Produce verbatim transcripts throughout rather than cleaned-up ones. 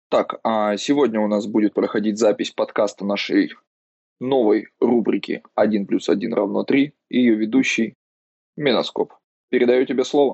Так, а сегодня у нас будет проходить запись подкаста нашей новой рубрики «Один плюс один равно три» и ее ведущий Миноскоп. Передаю тебе слово.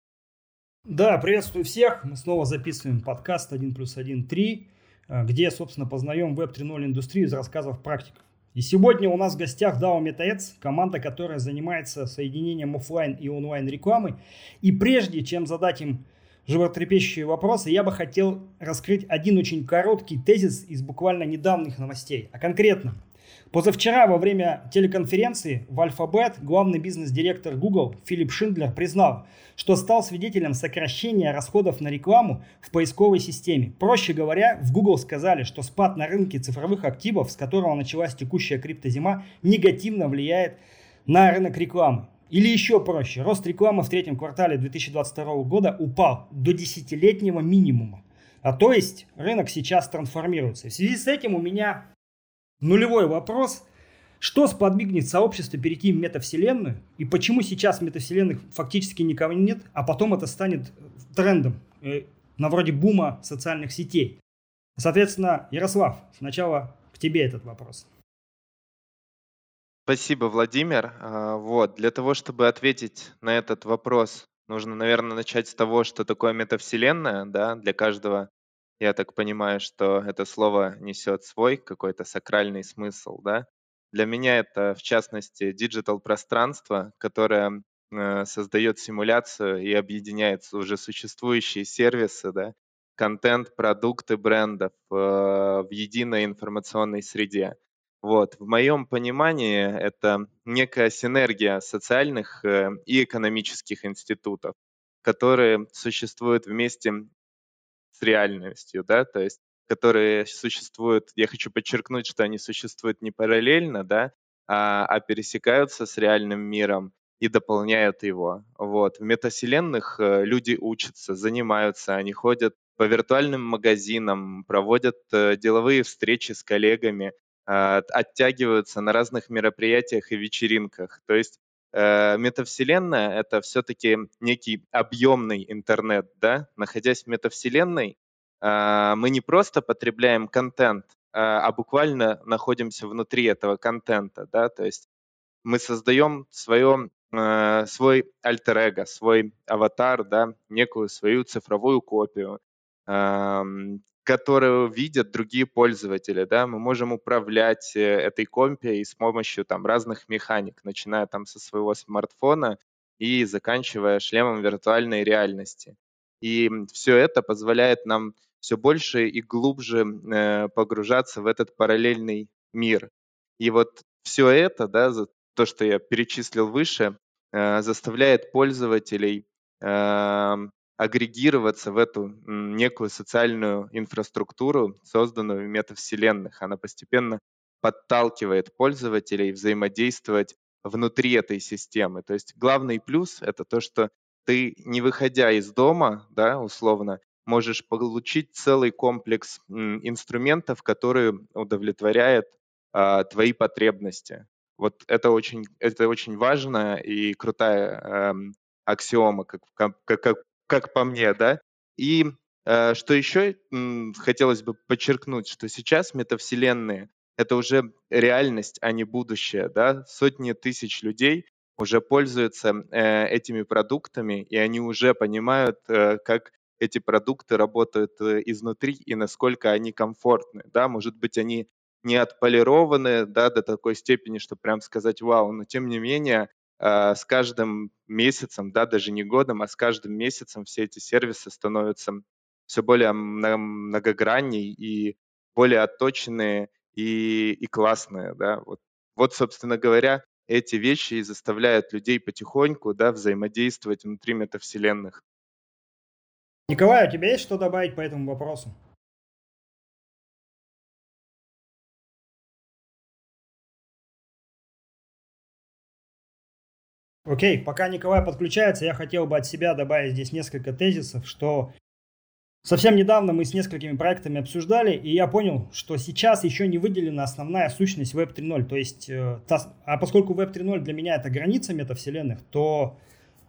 Да, приветствую всех. Мы снова записываем подкаст один плюс один три, где, собственно, познаем веб три ноль индустрию из рассказов практиков. И сегодня у нас в гостях дао MetaAds, команда, которая занимается соединением офлайн и онлайн рекламы. И прежде чем задать им животрепещущие вопросы, я бы хотел раскрыть один очень короткий тезис из буквально недавних новостей. А конкретно, позавчера во время телеконференции в Alphabet главный бизнес-директор Google Филипп Шиндлер признал, что стал свидетелем сокращения расходов на рекламу в поисковой системе. Проще говоря, в Google сказали, что спад на рынке цифровых активов, с которого началась текущая криптозима, негативно влияет на рынок рекламы. Или еще проще, рост рекламы в третьем квартале две тысячи двадцать второго года упал до десятилетнего минимума. А то есть рынок сейчас трансформируется. И в связи с этим у меня нулевой вопрос. Что сподвигнет сообщество перейти в метавселенную? И почему сейчас в метавселенных фактически никого нет, а потом это станет трендом э, на вроде бума социальных сетей? Соответственно, Ярослав, сначала к тебе этот вопрос. Спасибо, Владимир. А, Вот, для того, чтобы ответить на этот вопрос, нужно, наверное, начать с того, что такое метавселенная, да, для каждого. Я так понимаю, что это слово несет свой какой-то сакральный смысл, да. Для меня это, в частности, диджитал-пространство, которое э, создает симуляцию и объединяет уже существующие сервисы, да, контент, продукты брендов э, в единой информационной среде. Вот. В моем понимании это некая синергия социальных э, и экономических институтов, которые существуют вместе с реальностью, да, то есть которые существуют, я хочу подчеркнуть, что они существуют не параллельно, да, а, а пересекаются с реальным миром и дополняют его. Вот. В метавселенных э, люди учатся, занимаются, они ходят по виртуальным магазинам, проводят э, деловые встречи с коллегами, а, оттягиваются на разных мероприятиях и вечеринках. То есть э, метавселенная — это все-таки некий объемный интернет, да? Находясь в метавселенной, а, мы не просто потребляем контент, а а буквально находимся внутри этого контента, да, то есть мы создаем свое, э, свой альтер-эго, свой аватар, да, некую свою цифровую копию, ам, которую видят другие пользователи, да, мы можем управлять э, этой компией с помощью там разных механик, начиная там со своего смартфона и заканчивая шлемом виртуальной реальности. И все это позволяет нам все больше и глубже э, погружаться в этот параллельный мир. И вот все это, да, за то, что я перечислил выше, э, заставляет пользователей эм, агрегироваться в эту м, некую социальную инфраструктуру, созданную в метавселенных. Она постепенно подталкивает пользователей взаимодействовать внутри этой системы. То есть главный плюс — это то, что ты, не выходя из дома, да, условно, можешь получить целый комплекс м, инструментов, которые удовлетворяют а, твои потребности. Вот это очень, это очень важная и крутая эм, аксиома, как, как, как, как по мне, да. И э, что еще м, хотелось бы подчеркнуть, что сейчас метавселенные — это уже реальность, а не будущее, да. Сотни тысяч людей уже пользуются э, этими продуктами, и они уже понимают, э, как эти продукты работают э, изнутри и насколько они комфортны, да. Может быть, они не отполированы, да, до такой степени, что прям сказать «вау», но тем не менее э, с каждым месяцем, да, даже не годом, а с каждым месяцем все эти сервисы становятся все более мно- многогранней и более отточенные и, и классные, да. Вот, вот, собственно говоря, эти вещи и заставляют людей потихоньку, да, взаимодействовать внутри метавселенных. Николай, у тебя есть что добавить по этому вопросу? Окей, пока Николай подключается, я хотел бы от себя добавить здесь несколько тезисов, что совсем недавно мы с несколькими проектами обсуждали, и я понял, что сейчас еще не выделена основная сущность веб три ноль. То есть, э, та, а поскольку веб три ноль для меня это граница метавселенных, то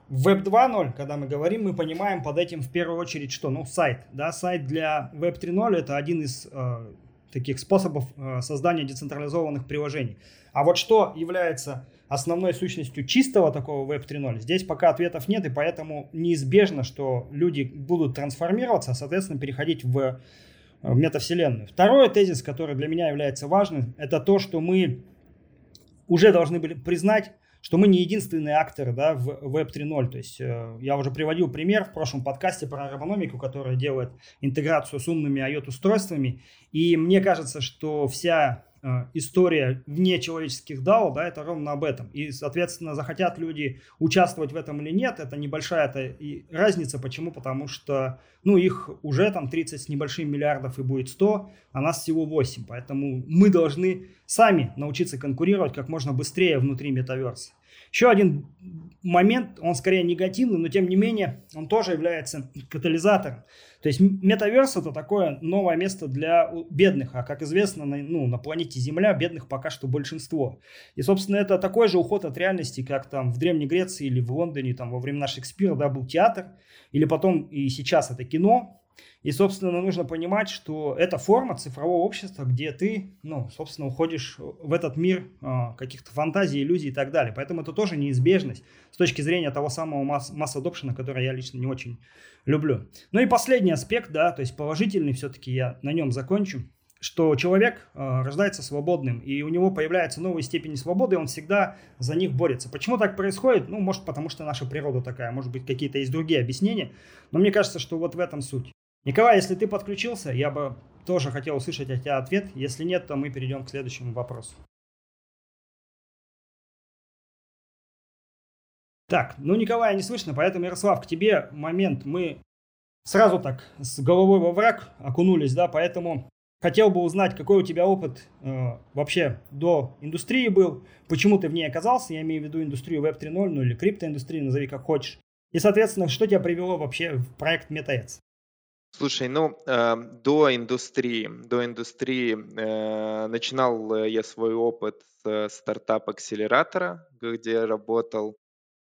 В веб два ноль, когда мы говорим, мы понимаем под этим в первую очередь что? Ну, сайт. Да? Сайт для веб три ноль это один из э, таких способов э, создания децентрализованных приложений. А вот что является основной сущностью чистого такого веб три ноль, здесь пока ответов нет, и поэтому неизбежно, что люди будут трансформироваться, соответственно, переходить в, в метавселенную. Второй тезис, который для меня является важным, это то, что мы уже должны были признать, что мы не единственные акторы, да, в веб три ноль. То есть э, я уже приводил пример в прошлом подкасте про Ромономику, которая делает интеграцию с умными IoT-устройствами. И мне кажется, что вся э, история вне человеческих дао, да, это ровно об этом. И, соответственно, захотят люди участвовать в этом или нет, это небольшая это и разница. Почему? Потому что ну, их уже там тридцать с небольшим миллиардов и будет сто, а нас всего восемь. Поэтому мы должны сами научиться конкурировать как можно быстрее внутри метаверса. Еще один момент, он скорее негативный, но тем не менее он тоже является катализатором. То есть метаверс это такое новое место для бедных, а как известно, на, ну, на планете Земля бедных пока что большинство. И, собственно, это такой же уход от реальности, как там в Древней Греции или в Лондоне там, во времена Шекспира, да, был театр, или потом и сейчас это кино. И, собственно, нужно понимать, что это форма цифрового общества, где ты, ну, собственно, уходишь в этот мир э, каких-то фантазий, иллюзий и так далее. Поэтому это тоже неизбежность с точки зрения того самого масс, масс-адопшена, который я лично не очень люблю. Ну и последний аспект, да, то есть положительный, все-таки я на нем закончу, что человек э, рождается свободным, и у него появляются новые степени свободы, и он всегда за них борется. Почему так происходит? Ну, может, потому что наша природа такая, может быть, какие-то есть другие объяснения, но мне кажется, что вот в этом суть. Николай, если ты подключился, я бы тоже хотел услышать от тебя ответ. Если нет, то мы перейдем к следующему вопросу. Так, ну Николая не слышно, поэтому, Ярослав, к тебе момент. Мы сразу так с головой во враг окунулись, да, поэтому хотел бы узнать, какой у тебя опыт э, вообще до индустрии был, почему ты в ней оказался, я имею в виду индустрию веб три ноль, ну или криптоиндустрию, назови как хочешь. И, соответственно, что тебя привело вообще в проект MetaEds? Слушай, ну, э, до индустрии, до индустрии э, начинал я свой опыт с стартап-акселератора, где я работал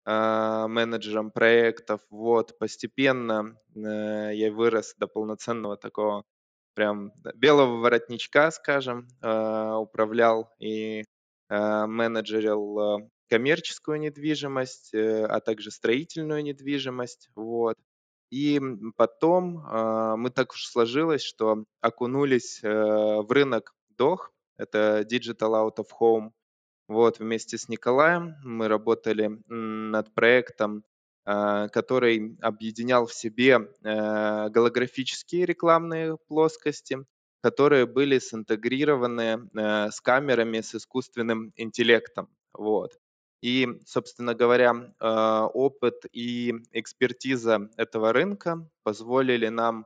э, менеджером проектов. Вот, постепенно э, я вырос до полноценного такого прям белого воротничка, скажем, э, управлял и э, менеджерил э, коммерческую недвижимость, э, а также строительную недвижимость. Вот. И потом э, мы так уж сложилось, что окунулись э, в рынок дох, это Digital Out of Home. Вот, вместе с Николаем мы работали м, над проектом, э, который объединял в себе э, голографические рекламные плоскости, которые были синтегрированы э, с камерами с искусственным интеллектом. Вот. И, собственно говоря, э, опыт и экспертиза этого рынка позволили нам,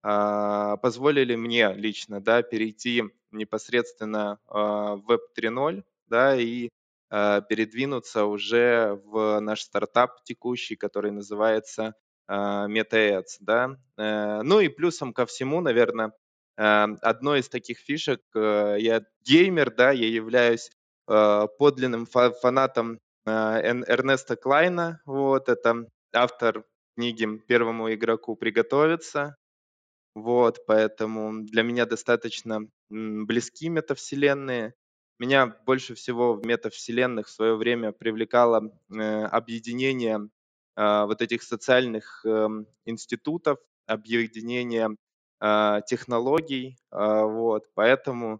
э, позволили мне лично, да, перейти непосредственно э, в веб три ноль, да, и э, передвинуться уже в наш стартап текущий, который называется э, MetaEds, да. Э, ну и плюсом ко всему, наверное, э, одной из таких фишек, э, я геймер, да, я являюсь э, подлинным фа- фанатом э, Эн- Эрнеста Клайна, вот, это автор книги «Первому игроку приготовиться». Вот, поэтому для меня достаточно м, близки метавселенные. Меня больше всего в метавселенных в свое время привлекало э, объединение э, вот этих социальных эм, институтов, объединение э, технологий. э, Вот, поэтому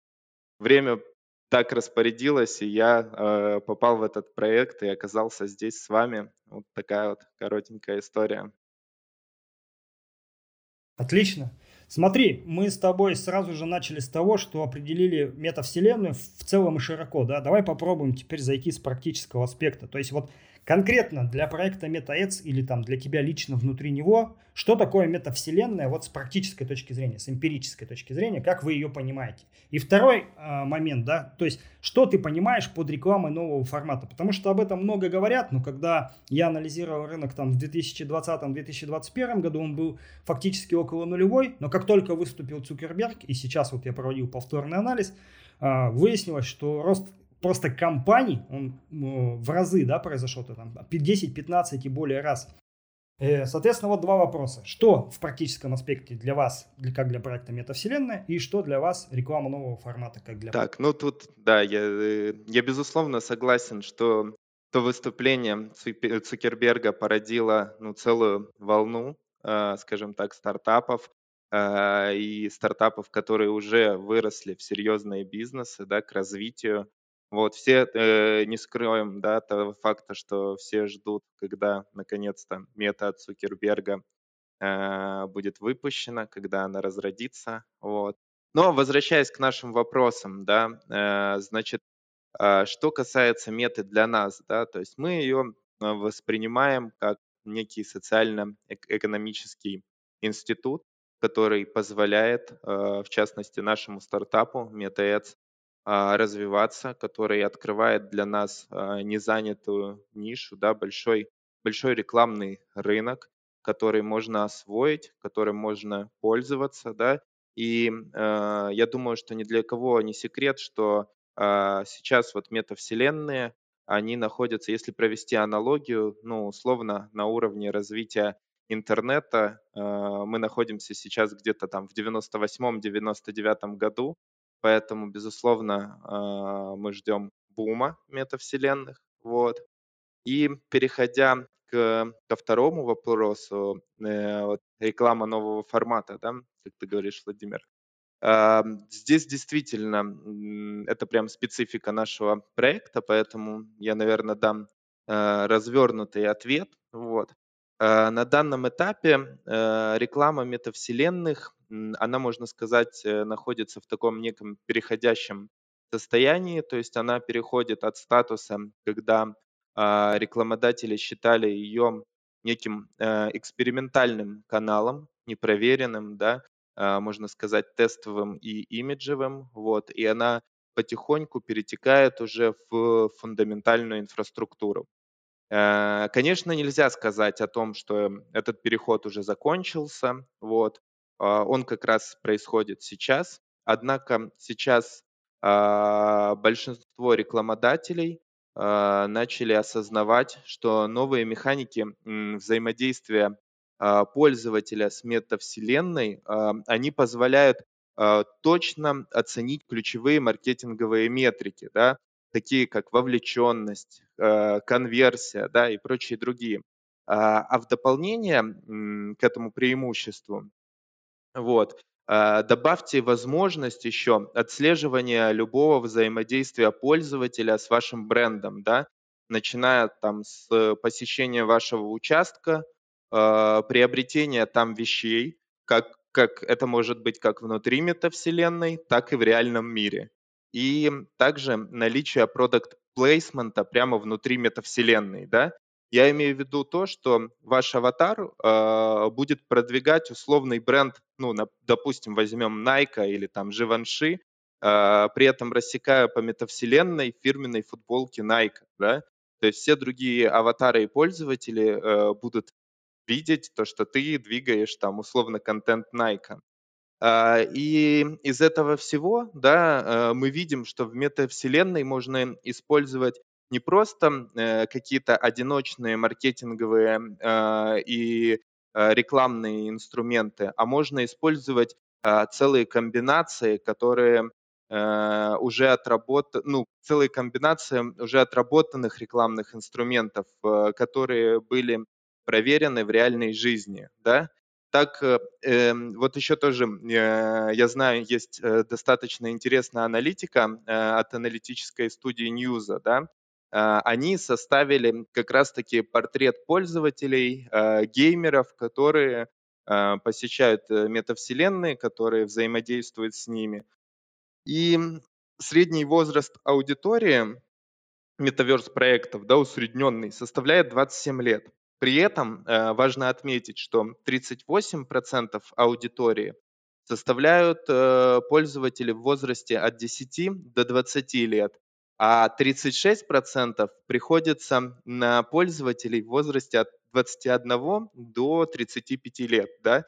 время так распорядилось, и я э, попал в этот проект и оказался здесь с вами. Вот такая вот коротенькая история. Отлично. Смотри, мы с тобой сразу же начали с того, что определили метавселенную в целом и широко, да. Давай попробуем теперь зайти с практического аспекта. То есть вот конкретно для проекта MetaEds или там для тебя лично внутри него, что такое метавселенная вот с практической точки зрения, с эмпирической точки зрения, как вы ее понимаете. И второй э, момент, да, то есть что ты понимаешь под рекламой нового формата, потому что об этом много говорят, но когда я анализировал рынок там в две тысячи двадцатом - две тысячи двадцать первом году, он был фактически около нулевой, но как только выступил Цукерберг, и сейчас вот я проводил повторный анализ, э, выяснилось, что рост просто компаний, он ну, в разы, да, произошел, то там десять, пятнадцать и более раз. Э, Соответственно, вот два вопроса. Что в практическом аспекте для вас, для, как для проекта метавселенная, и что для вас реклама нового формата, как для... Так, ну тут, да, я, э, я безусловно согласен, что то выступление Цупе- Цукерберга породило ну, целую волну, э, скажем так, стартапов, э, и стартапов, которые уже выросли в серьезные бизнесы, да, к развитию. Вот все, э, не скроем, да, того факта, что все ждут, когда наконец-то мета от Цукерберга э, будет выпущена, когда она разродится. Вот. Но возвращаясь к нашим вопросам, да, э, значит, а, что касается меты для нас, да, то есть мы ее воспринимаем как некий социально-экономический институт, который позволяет, э, в частности, нашему стартапу MetaEds а, развиваться, который открывает для нас а, незанятую нишу, да, большой, большой рекламный рынок, который можно освоить, которым можно пользоваться, да, и э, я думаю, что ни для кого не секрет, что а, сейчас вот метавселенные, они находятся, если провести аналогию, ну, условно, на уровне развития интернета, а, мы находимся сейчас где-то там в девяносто восьмом девяносто девятом году, поэтому, безусловно, а, мы ждем бума метавселенных, вот. И переходя к, ко второму вопросу, э, вот реклама нового формата, да, как ты говоришь, Владимир, Ам, здесь действительно, м, это прям специфика нашего проекта, поэтому я, наверное, дам, э, развернутый ответ. Вот. Э, на данном этапе, э, реклама метавселенных, м, она, можно сказать, э, находится в таком неком переходящем состоянии, то есть она переходит от статуса, когда, а, рекламодатели считали ее неким, э, экспериментальным каналом, непроверенным, да, а, можно сказать, тестовым и имиджевым, вот, и она потихоньку перетекает уже в фундаментальную инфраструктуру. Э, Конечно, нельзя сказать о том, что этот переход уже закончился, вот, а, он как раз происходит сейчас, однако сейчас а, большинство рекламодателей а, начали осознавать, что новые механики м, взаимодействия а, пользователя с метавселенной, а, они позволяют а, точно оценить ключевые маркетинговые метрики, да, такие как вовлеченность, э, конверсия, да, и прочие другие. А а в дополнение м, к этому преимуществу вот. А, Добавьте возможность еще отслеживания любого взаимодействия пользователя с вашим брендом, да, начиная там с посещения вашего участка, а, приобретения там вещей, как, как это может быть как внутри метавселенной, так и в реальном мире. И также наличие продукт плейсмента прямо внутри метавселенной, да. Я имею в виду то, что ваш аватар а, будет продвигать условный бренд, ну, на- допустим, возьмем Nike или там Givenchy, а, при этом рассекая по метавселенной фирменной футболки Nike, да. То есть все другие аватары и пользователи э, будут видеть то, что ты двигаешь там условно контент Nike. А, И из этого всего, да, э, мы видим, что в метавселенной можно использовать не просто э, какие-то одиночные маркетинговые а, и а, рекламные инструменты, а можно использовать а, целые комбинации, которые э, уже отработаны, ну, целые комбинации уже отработанных рекламных инструментов, э, которые были проверены в реальной жизни, да. Так, э, эм, вот еще тоже, э, я знаю, есть э, достаточно интересная аналитика э, от аналитической студии Ньюза, да. А, Они составили как раз-таки портрет пользователей, э, геймеров, которые э, посещают э, метавселенные, которые взаимодействуют с ними. И средний возраст аудитории метаверс-проектов, да, усредненный, составляет двадцать семь лет. При этом э, важно отметить, что тридцать восемь процентов аудитории составляют э, пользователи в возрасте от десяти до двадцати лет, а тридцать шесть процентов приходится на пользователей в возрасте от двадцати одного до тридцати пяти лет. Да?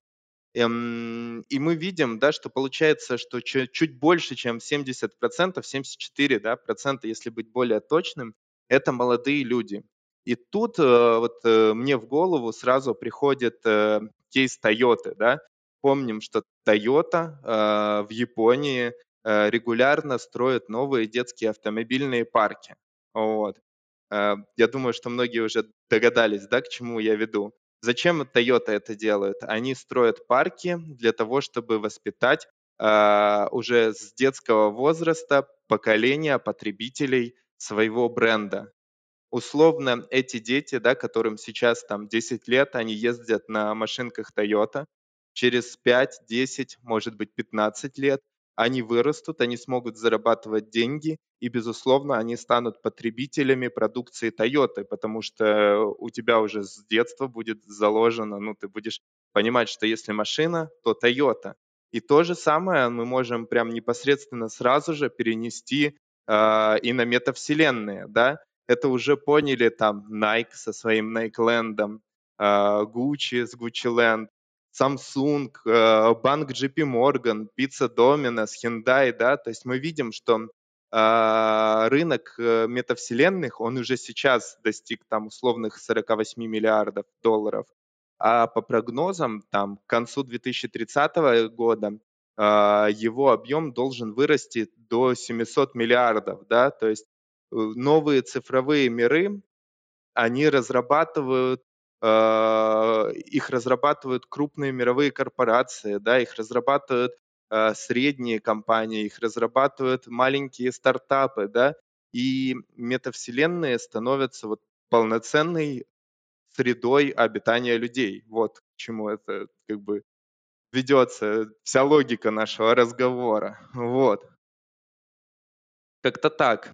Эм, И мы видим, да, что получается, что чу- чуть больше, чем семьдесят процентов, семьдесят четыре, да, процента, если быть более точным, это молодые люди. И тут э, вот э, мне в голову сразу приходит э, кейс Toyota, да. Помним, что Toyota э, в Японии э, регулярно строит новые детские автомобильные парки. Вот. Э, Я думаю, что многие уже догадались, да, к чему я веду. Зачем Toyota это делает? Они строят парки для того, чтобы воспитать а, уже с детского возраста поколение потребителей своего бренда. Условно, эти дети, да, которым сейчас там десять лет, они ездят на машинках Toyota. Через пять, десять, может быть, пятнадцать лет они вырастут, они смогут зарабатывать деньги, и, безусловно, они станут потребителями продукции Toyota, потому что у тебя уже с детства будет заложено, ну, ты будешь понимать, что если машина, то Toyota. И то же самое мы можем прям непосредственно сразу же перенести а, и на метавселенные, да. Это уже поняли там Nike со своим Nikeland, а, Gucci с Gucci Samsung, э, банк джей пи Morgan, Pizza Domino's, Hyundai, да, то есть мы видим, что а, рынок э, метавселенных, он уже сейчас достиг там условных сорок восемь миллиардов долларов, а по прогнозам там к концу две тысячи тридцатого года а, его объем должен вырасти до семьсот миллиардов, да, то есть э, новые цифровые миры, они разрабатывают, э, их разрабатывают крупные мировые корпорации, да, их разрабатывают э, средние компании, их разрабатывают маленькие стартапы, да, и метавселенные становятся вот полноценной средой обитания людей. Вот к чему это как бы ведется вся логика нашего разговора. Вот. Как-то так.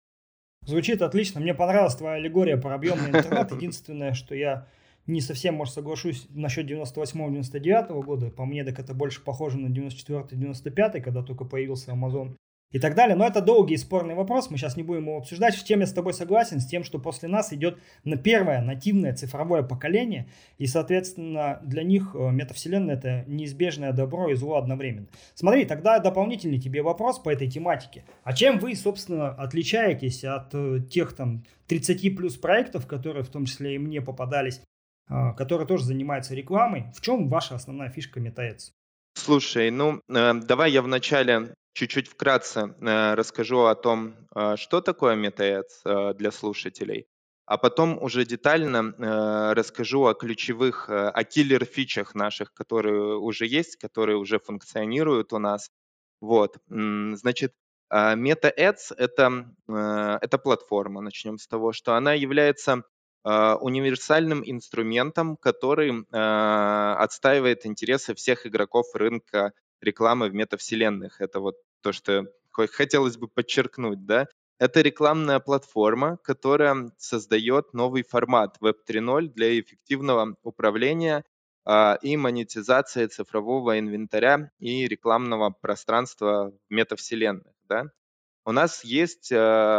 Звучит отлично. Мне понравилась твоя аллегория про объемный интернет. Единственное, что я не совсем, может, соглашусь насчет девяносто восьмого девяносто девятого года. По мне, так это больше похоже на девяносто четвёртый девяносто пятый, когда только появился Amazon и так далее. Но это долгий и спорный вопрос, мы сейчас не будем его обсуждать. В чем я с тобой согласен, с тем, что после нас идет на первое нативное цифровое поколение, и, соответственно, для них э, метавселенная — это неизбежное добро и зло одновременно. Смотри, тогда дополнительный тебе вопрос по этой тематике. А чем вы, собственно, отличаетесь от э, тех там тридцати плюс проектов, которые в том числе и мне попадались, э, которые тоже занимаются рекламой? В чем ваша основная фишка MetaAds? Слушай, ну, э, давай я вначале чуть-чуть вкратце э, расскажу о том, э, что такое MetaAds э, для слушателей, а потом уже детально э, расскажу о ключевых, э, о киллер-фичах наших, которые уже есть, которые уже функционируют у нас. Вот, м, значит, а, MetaAds — это, э, это платформа, начнем с того, что она является а, универсальным инструментом, который а, отстаивает интересы всех игроков рынка рекламы в метавселенных. Это вот то, что хо- хотелось бы подчеркнуть, да. Это рекламная платформа, которая создает новый формат веб три ноль для эффективного управления а, и монетизации цифрового инвентаря и рекламного пространства в метавселенных, да. У нас есть,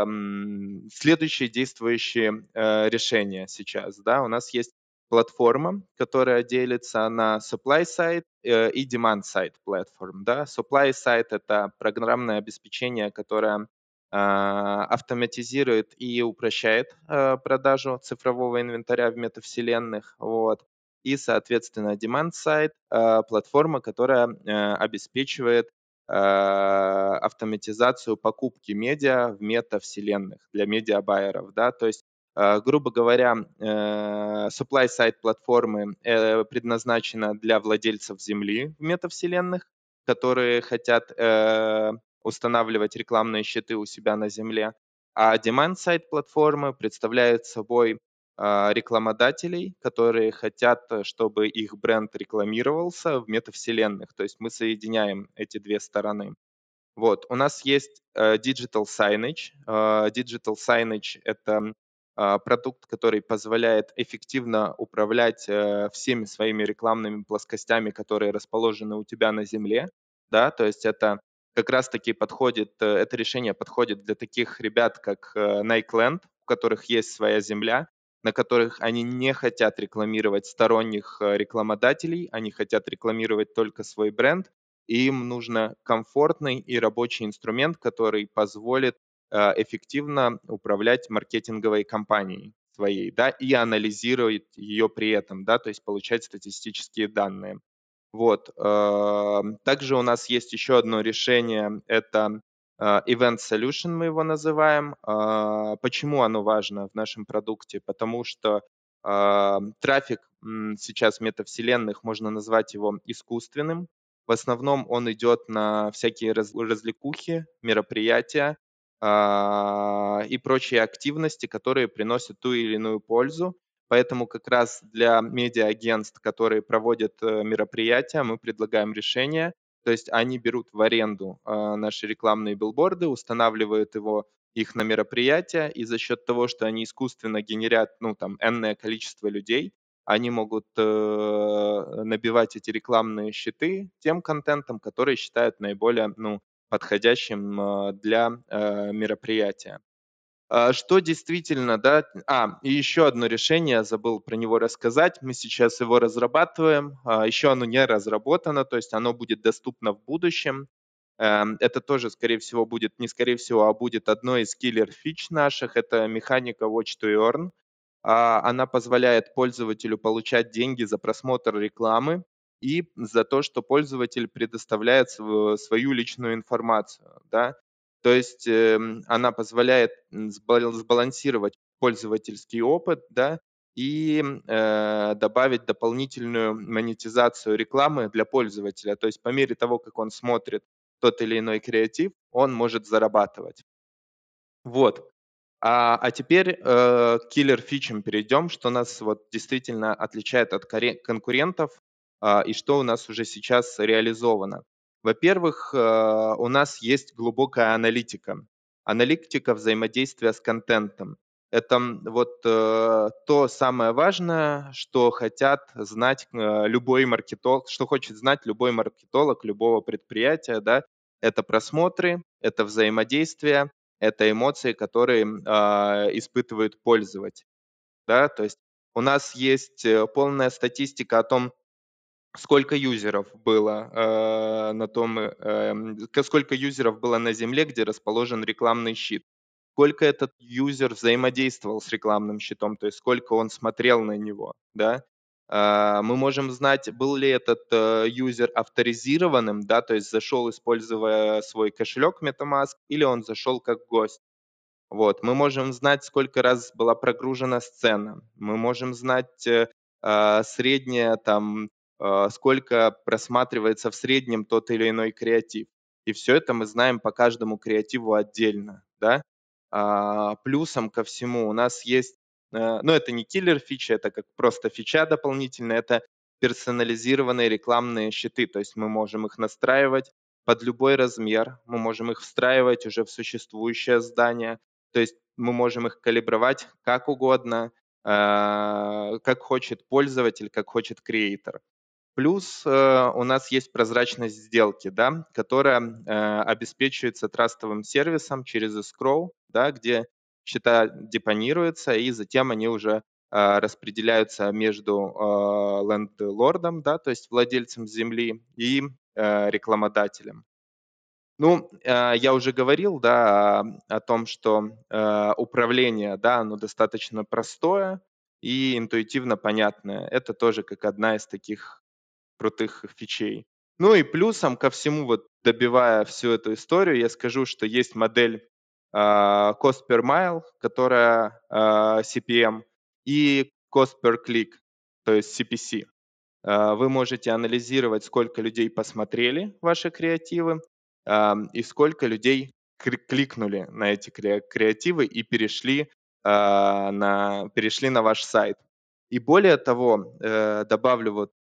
ам, следующие действующие, э, решения сейчас, да. У нас есть платформа, которая делится на supply side, э, и demand side platform, да. Supply side — это программное обеспечение, которое, а, автоматизирует и упрощает, э, продажу цифрового инвентаря в метавселенных, вот. И, соответственно, demand side, а, платформа, которая, э, обеспечивает э, автоматизацию покупки медиа в метавселенных для медиабайеров, да, то есть, э, грубо говоря, э, supply-side платформы э, предназначена для владельцев земли в метавселенных, которые хотят э, устанавливать рекламные щиты у себя на земле, а demand-side платформы представляют собой а, рекламодателей, которые хотят, э, чтобы их бренд рекламировался в метавселенных. То есть мы соединяем эти две стороны. Вот, у нас есть э, Digital Signage. Э, Digital Signage — это а, продукт, который позволяет эффективно управлять э, всеми своими рекламными плоскостями, которые расположены у тебя на земле. Да, то есть это как раз-таки подходит, э, это решение подходит для таких ребят, как э, Nikeland, у которых есть своя земля, на которых они не хотят рекламировать сторонних э, рекламодателей, они хотят рекламировать только свой бренд, и им нужно комфортный и рабочий инструмент, который позволит э, эффективно управлять маркетинговой кампанией своей, да, и анализировать ее при этом, да, то есть получать статистические данные. Вот. э, Также у нас есть еще одно решение, это э, Event Solution мы его называем. А, Почему оно важно в нашем продукте? Потому что а, трафик м, сейчас метавселенных, можно назвать его искусственным. В основном он идет на всякие раз- развлекухи, мероприятия а, и прочие активности, которые приносят ту или иную пользу. Поэтому как раз для медиа-агентств, которые проводят э, мероприятия, мы предлагаем решение. То есть они берут в аренду э, наши рекламные билборды, устанавливают его, их на мероприятия, и за счет того, что они искусственно генерят, ну, там, энное количество людей, они могут э, набивать эти рекламные щиты тем контентом, который считают наиболее, ну, подходящим э, для э, мероприятия. А, Что действительно, да, а, и еще одно решение, забыл про него рассказать, мы сейчас его разрабатываем, а, еще оно не разработано, то есть оно будет доступно в будущем. Эм, Это тоже, скорее всего, будет, не скорее всего, а будет одной из киллер-фич наших, это механика Watch to Earn. А, Она позволяет пользователю получать деньги за просмотр рекламы и за то, что пользователь предоставляет св- свою личную информацию, да. То есть эм, она позволяет м, сбал- сбалансировать пользовательский опыт, да, и э, добавить дополнительную монетизацию рекламы для пользователя. То есть по мере того, как он смотрит тот или иной креатив, он может зарабатывать. Вот. А, а теперь э, к киллер-фичам перейдем, что нас вот действительно отличает от коре- конкурентов а, и что у нас уже сейчас реализовано. Во-первых, э, у нас есть глубокая аналитика. Аналитика взаимодействия с контентом. Это м, вот э, то самое важное, что хотят знать э, любой маркетолог, что хочет знать любой маркетолог любого предприятия, да, это просмотры, это взаимодействие, это эмоции, которые а, испытывает пользователь, да, то есть у нас есть э, полная статистика о том, сколько юзеров было э, на том, э, эм, к- сколько юзеров было на Земле, где расположен рекламный щит, сколько этот юзер взаимодействовал с рекламным щитом, то есть сколько он смотрел на него, да. А, Мы можем знать, был ли этот э, юзер авторизированным, да, то есть зашел, используя свой кошелек MetaMask, или он зашел как гость. Вот. Мы можем знать, сколько раз была прогружена сцена. Мы можем знать э, а, среднее, там, а, сколько просматривается в среднем тот или иной креатив. И все это мы знаем по каждому креативу отдельно. Да? А, плюсом ко всему у нас есть, э, ну это не киллер фича, это как просто фича дополнительная, это персонализированные рекламные щиты. То есть мы можем их настраивать под любой размер, мы можем их встраивать уже в существующее здание, то есть мы можем их калибровать как угодно, а, как хочет пользователь, как хочет креатор. Плюс э, у нас есть прозрачность сделки, да, которая э, обеспечивается трастовым сервисом через escrow, да, где счета депонируются, и затем они уже э, распределяются между э, лендлордом, да, то есть владельцем земли, и э, рекламодателем. Ну, э, я уже говорил, да, о о том, что э, управление, да, оно достаточно простое и интуитивно понятное. Это тоже как одна из таких крутых фичей. Ну и плюсом ко всему, вот добивая всю эту историю, я скажу, что есть модель а, Cost per Mile, которая а, си пи эм, и Cost per Click, то есть си пи си. А, Вы можете анализировать, сколько людей посмотрели ваши креативы ам, и сколько людей кри- кликнули на эти кре- креативы и перешли, а, на, перешли на ваш сайт. И более того, э, добавлю вот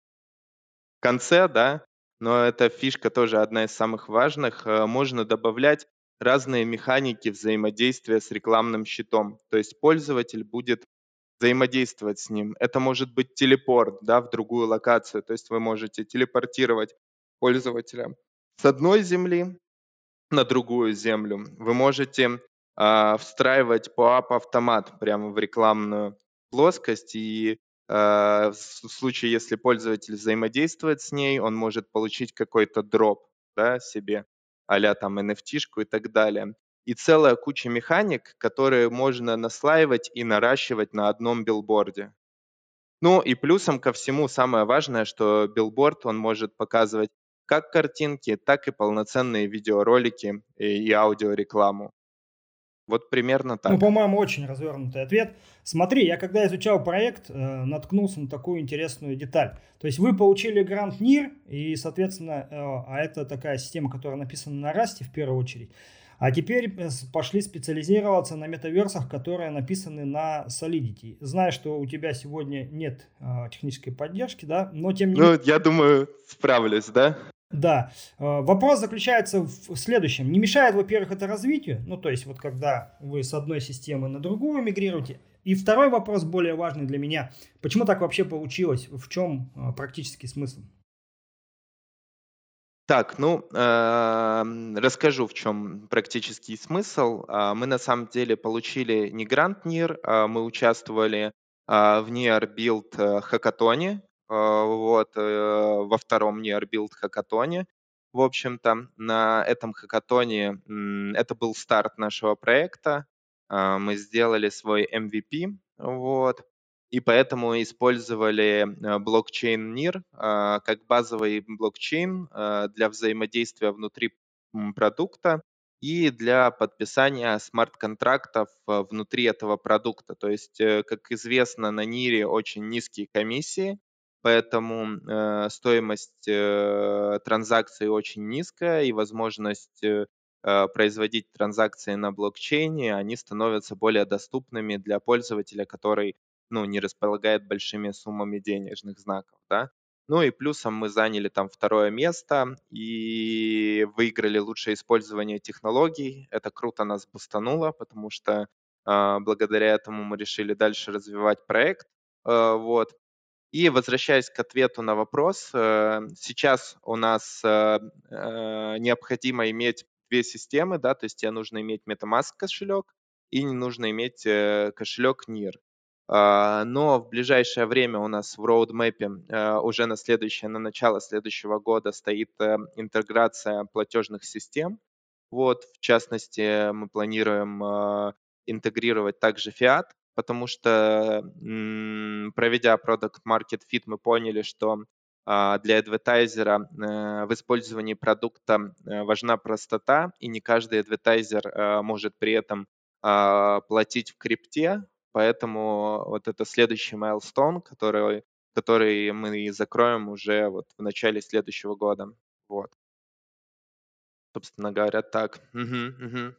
в конце, да, но эта фишка тоже одна из самых важных, э, можно добавлять разные механики взаимодействия с рекламным щитом. То есть пользователь будет взаимодействовать с ним. Это может быть телепорт, да, в другую локацию. То есть вы можете телепортировать пользователя с одной земли на другую землю. Вы можете а, встраивать поап-автомат прямо в рекламную плоскость, и э, в с- случае, если пользователь взаимодействует с ней, он может получить какой-то дроп, да, себе, а-ля там эн эф ти-шку и так далее. И целая куча механик, которые можно наслаивать и наращивать на одном билборде. Ну и плюсом ко всему самое важное, что билборд, он может показывать как картинки, так и полноценные видеоролики и, и аудиорекламу. Вот примерно Ну, так. по-моему, очень развернутый ответ. Смотри, я когда изучал проект, э, наткнулся на такую интересную деталь. То есть вы получили грант НИР, и, соответственно, э, а это такая система, которая написана на Rust в первую очередь. А теперь э, с- пошли специализироваться на метаверсах, которые написаны на Solidity. Знаю, что у тебя сегодня нет э, технической поддержки, да, но тем не Ну, я думаю, справлюсь, да? да, э, вопрос заключается в следующем. Не мешает, во-первых, это развитию, ну, то есть вот когда вы с одной системы на другую мигрируете. И второй вопрос, более важный для меня. Почему так вообще получилось? В чем э, практический смысл? Так, ну, эм, расскажу, в чем практический смысл. А, Мы на самом деле получили не грант НИР, а мы участвовали а, в ниар Build э, хакатоне, а, вот, э, во втором ниар Build хакатоне. В общем-то, на этом хакатоне м, это был старт нашего проекта. А, Мы сделали свой эм ви пи, вот, и поэтому использовали э, блокчейн НИР а, как базовый блокчейн а, для взаимодействия внутри м, продукта и для подписания смарт-контрактов а, внутри этого продукта. То есть, э, как известно, на НИРе очень низкие комиссии, поэтому э, стоимость э, транзакции очень низкая, и возможность э, э, производить транзакции на блокчейне, они становятся более доступными для пользователя, который ну, не располагает большими суммами денежных знаков, да. Ну и плюсом мы заняли там второе место и выиграли лучшее использование технологий. Это круто нас бустануло, потому что а, благодаря этому мы решили дальше развивать проект. А, вот. И возвращаясь к ответу на вопрос, э, сейчас у нас э, э, необходимо иметь две системы, да, то есть тебе нужно иметь MetaMask кошелек и не нужно иметь э, кошелек НИР. А, Но в ближайшее время у нас в роудмэпе э, уже на следующее, на начало следующего года стоит э, интеграция платежных систем. Вот, в частности, мы планируем э, интегрировать также фиат, потому что, м, проведя Product Market Fit, мы поняли, что а, для адвертайзера э, в использовании продукта э, важна простота, и не каждый адвертайзер э, может при этом а, платить в крипте, поэтому вот это следующий milestone, который, который мы закроем уже вот в начале следующего года. Вот, собственно говоря, так. Мгм, мгм.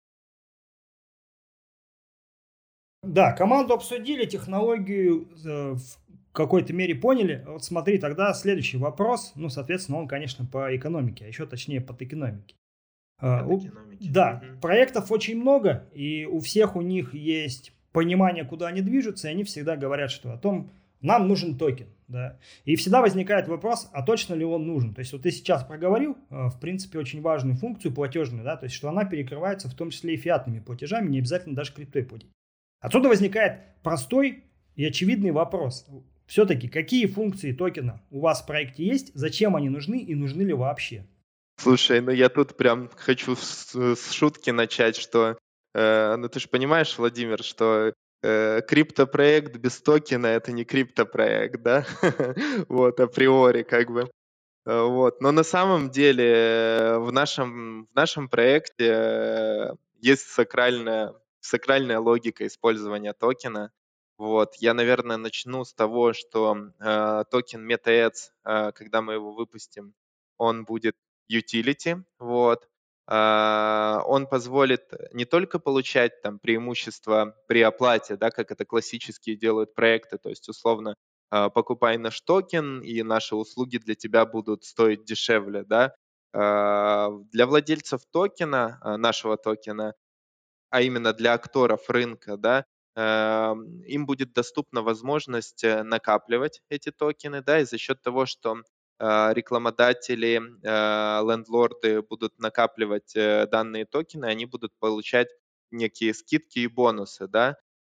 Да, команду обсудили, технологию э, в какой-то мере поняли. Вот смотри, тогда следующий вопрос. Ну, соответственно, он, конечно, по экономике, а еще точнее по экономике. А, От у- экономики. Да, Мгм. проектов очень много, и у всех у них есть понимание, куда они движутся, и они всегда говорят, что о том, нам нужен токен, да. И всегда возникает вопрос, а точно ли он нужен? То есть вот ты сейчас проговорил, э, в принципе, очень важную функцию платежную, да, то есть что она перекрывается в том числе и фиатными платежами, не обязательно даже криптой платить. Отсюда возникает простой и очевидный вопрос. Все-таки какие функции токена у вас в проекте есть, зачем они нужны и нужны ли вообще? Слушай, ну я тут прям хочу с, с шутки начать, что, э, ну ты же понимаешь, Владимир, что э, криптопроект без токена это не криптопроект, да? Вот, априори как бы. Э, Вот. Но на самом деле э, в нашем, в нашем проекте э, есть сакральная, сакральная логика использования токена. Вот. Я, наверное, начну с того, что э, токен MetaEther, э, когда мы его выпустим, он будет utility. Вот. А, Он позволит не только получать там преимущества при оплате, да, как это классические делают проекты, то есть условно а, покупай наш токен, и наши услуги для тебя будут стоить дешевле, да. А, Для владельцев токена, а, нашего токена, а именно для акторов рынка, да, эм, им будет доступна возможность э, накапливать эти токены, да, и за счет того, что э, рекламодатели, э, лендлорды будут накапливать э, данные токены, они будут получать некие скидки и бонусы, да.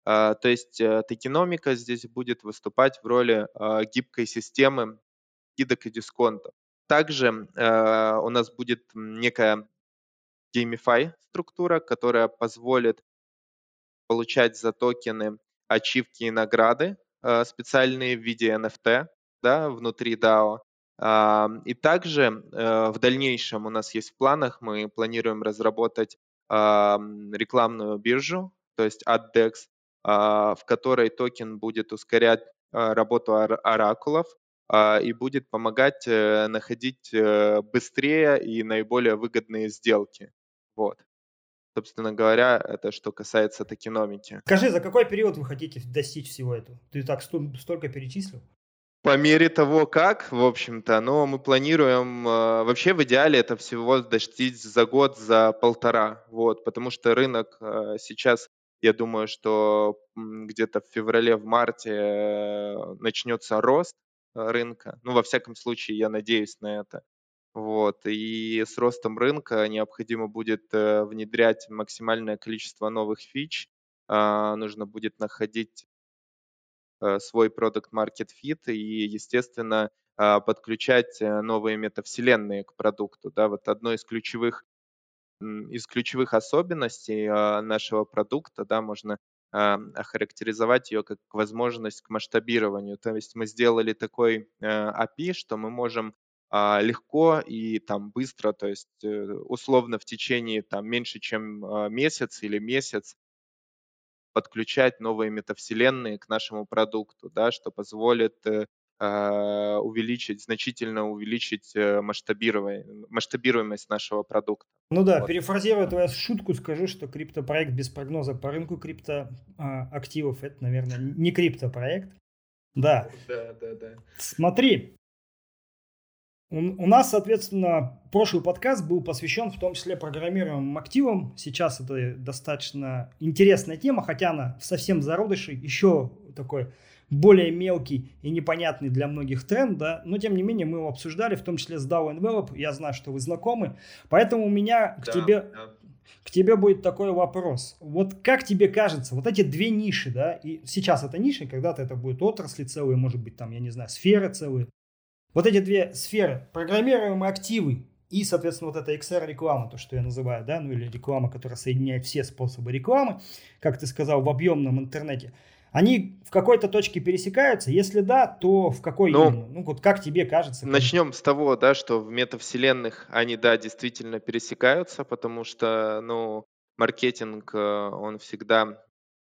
А, То есть э, токеномика здесь будет выступать в роли а, гибкой системы скидок и дисконтов. Также э, у нас будет некая геймифай структура, которая позволит получать за токены ачивки и награды э, специальные в виде эн эф ти, да, внутри дао. А, И также э, в дальнейшем у нас есть в планах, мы планируем разработать а, м, рекламную биржу, то есть AdDex, а, в которой токен будет ускорять а, работу ор- оракулов а, и будет помогать э, находить э, быстрее и наиболее выгодные сделки. Вот. Собственно говоря, это что касается токеномики. Скажи, за какой период вы хотите достичь всего этого? Ты так сто- столько перечислил? По мере того, как, в общем-то, но мы планируем, э, вообще в идеале это всего достичь за год, за полтора, вот, потому что рынок э, сейчас, я думаю, что м, где-то в феврале, в марте э, начнется рост э, рынка, ну, во всяком случае, я надеюсь на это, вот, и с ростом рынка необходимо будет э, внедрять максимальное количество новых фич, а, нужно будет находить э, свой продукт market fit и, естественно, а, подключать э, новые метавселенные к продукту. Да, вот одной из ключевых, м, из ключевых особенностей а, нашего продукта, да, можно а, охарактеризовать ее как возможность к масштабированию. То есть мы сделали такой э, эй пи ай, что мы можем а, легко и там быстро, то есть э, условно в течение там меньше, чем а, месяц или месяц подключать новые метавселенные к нашему продукту, да, что позволит э, а, увеличить, значительно увеличить э, масштабирование, масштабируемость нашего продукта. Ну да, Вот. перефразируя твою шутку, скажи, что криптопроект без прогноза по рынку криптоактивов – это, наверное, не криптопроект. Да, Да, да, да. смотри, у, у нас, соответственно, прошлый подкаст был посвящен в том числе программируемым активам. Сейчас это достаточно интересная тема, хотя она в совсем зародыше, еще такой более мелкий и непонятный для многих тренд, да, но тем не менее мы его обсуждали, в том числе с дао Envelope, я знаю, что вы знакомы, поэтому у меня к Да, тебе... да. К тебе будет такой вопрос. Вот как тебе кажется, вот эти две ниши, да, и сейчас это ниши, когда-то это будет отрасли целые, может быть, там, я не знаю, сферы целые. Вот эти две сферы, программируемые активы и, соответственно, вот эта икс ар-реклама, то, что я называю, да, ну или реклама, которая соединяет все способы рекламы, как ты сказал, в объемном интернете, они в какой-то точке пересекаются? Если да, то в какой Ну, именно? Ну вот как тебе кажется? Как... начнем с того, да, что в метавселенных они, да, действительно пересекаются, потому что, ну, маркетинг, э, он всегда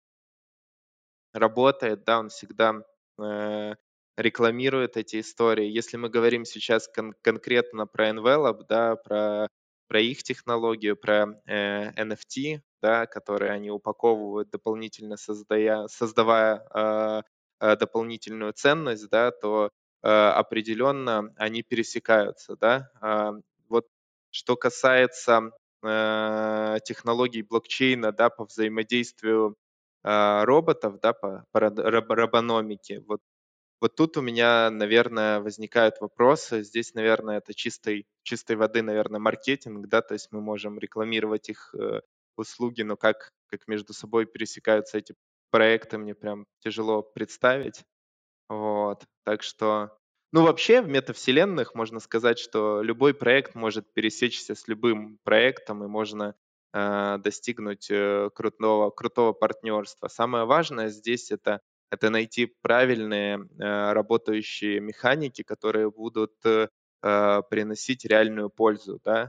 работает, да, он всегда э, рекламирует эти истории. Если мы говорим сейчас кон- конкретно про Envelop, да, про, про их технологию, про э, эн эф ти, да, которые они упаковывают дополнительно, создая, создавая э, э, дополнительную ценность, да, то э, определенно они пересекаются, да. А, вот что касается э, технологий блокчейна, да, по взаимодействию а, роботов, да, по, по роб- роб- робономике. Вот, вот тут у меня, наверное, возникают вопросы. Здесь, наверное, это чистой, чистой воды, наверное, маркетинг, да, то есть мы можем рекламировать их э, услуги, но как, как между собой пересекаются эти проекты, мне прям тяжело представить. Вот, так что, ну, вообще в метавселенных можно сказать, что любой проект может пересечься с любым проектом, и можно э, достигнуть э, крутого, крутого партнерства. Самое важное здесь это, это найти правильные э, работающие механики, которые будут э, э, приносить реальную пользу, да.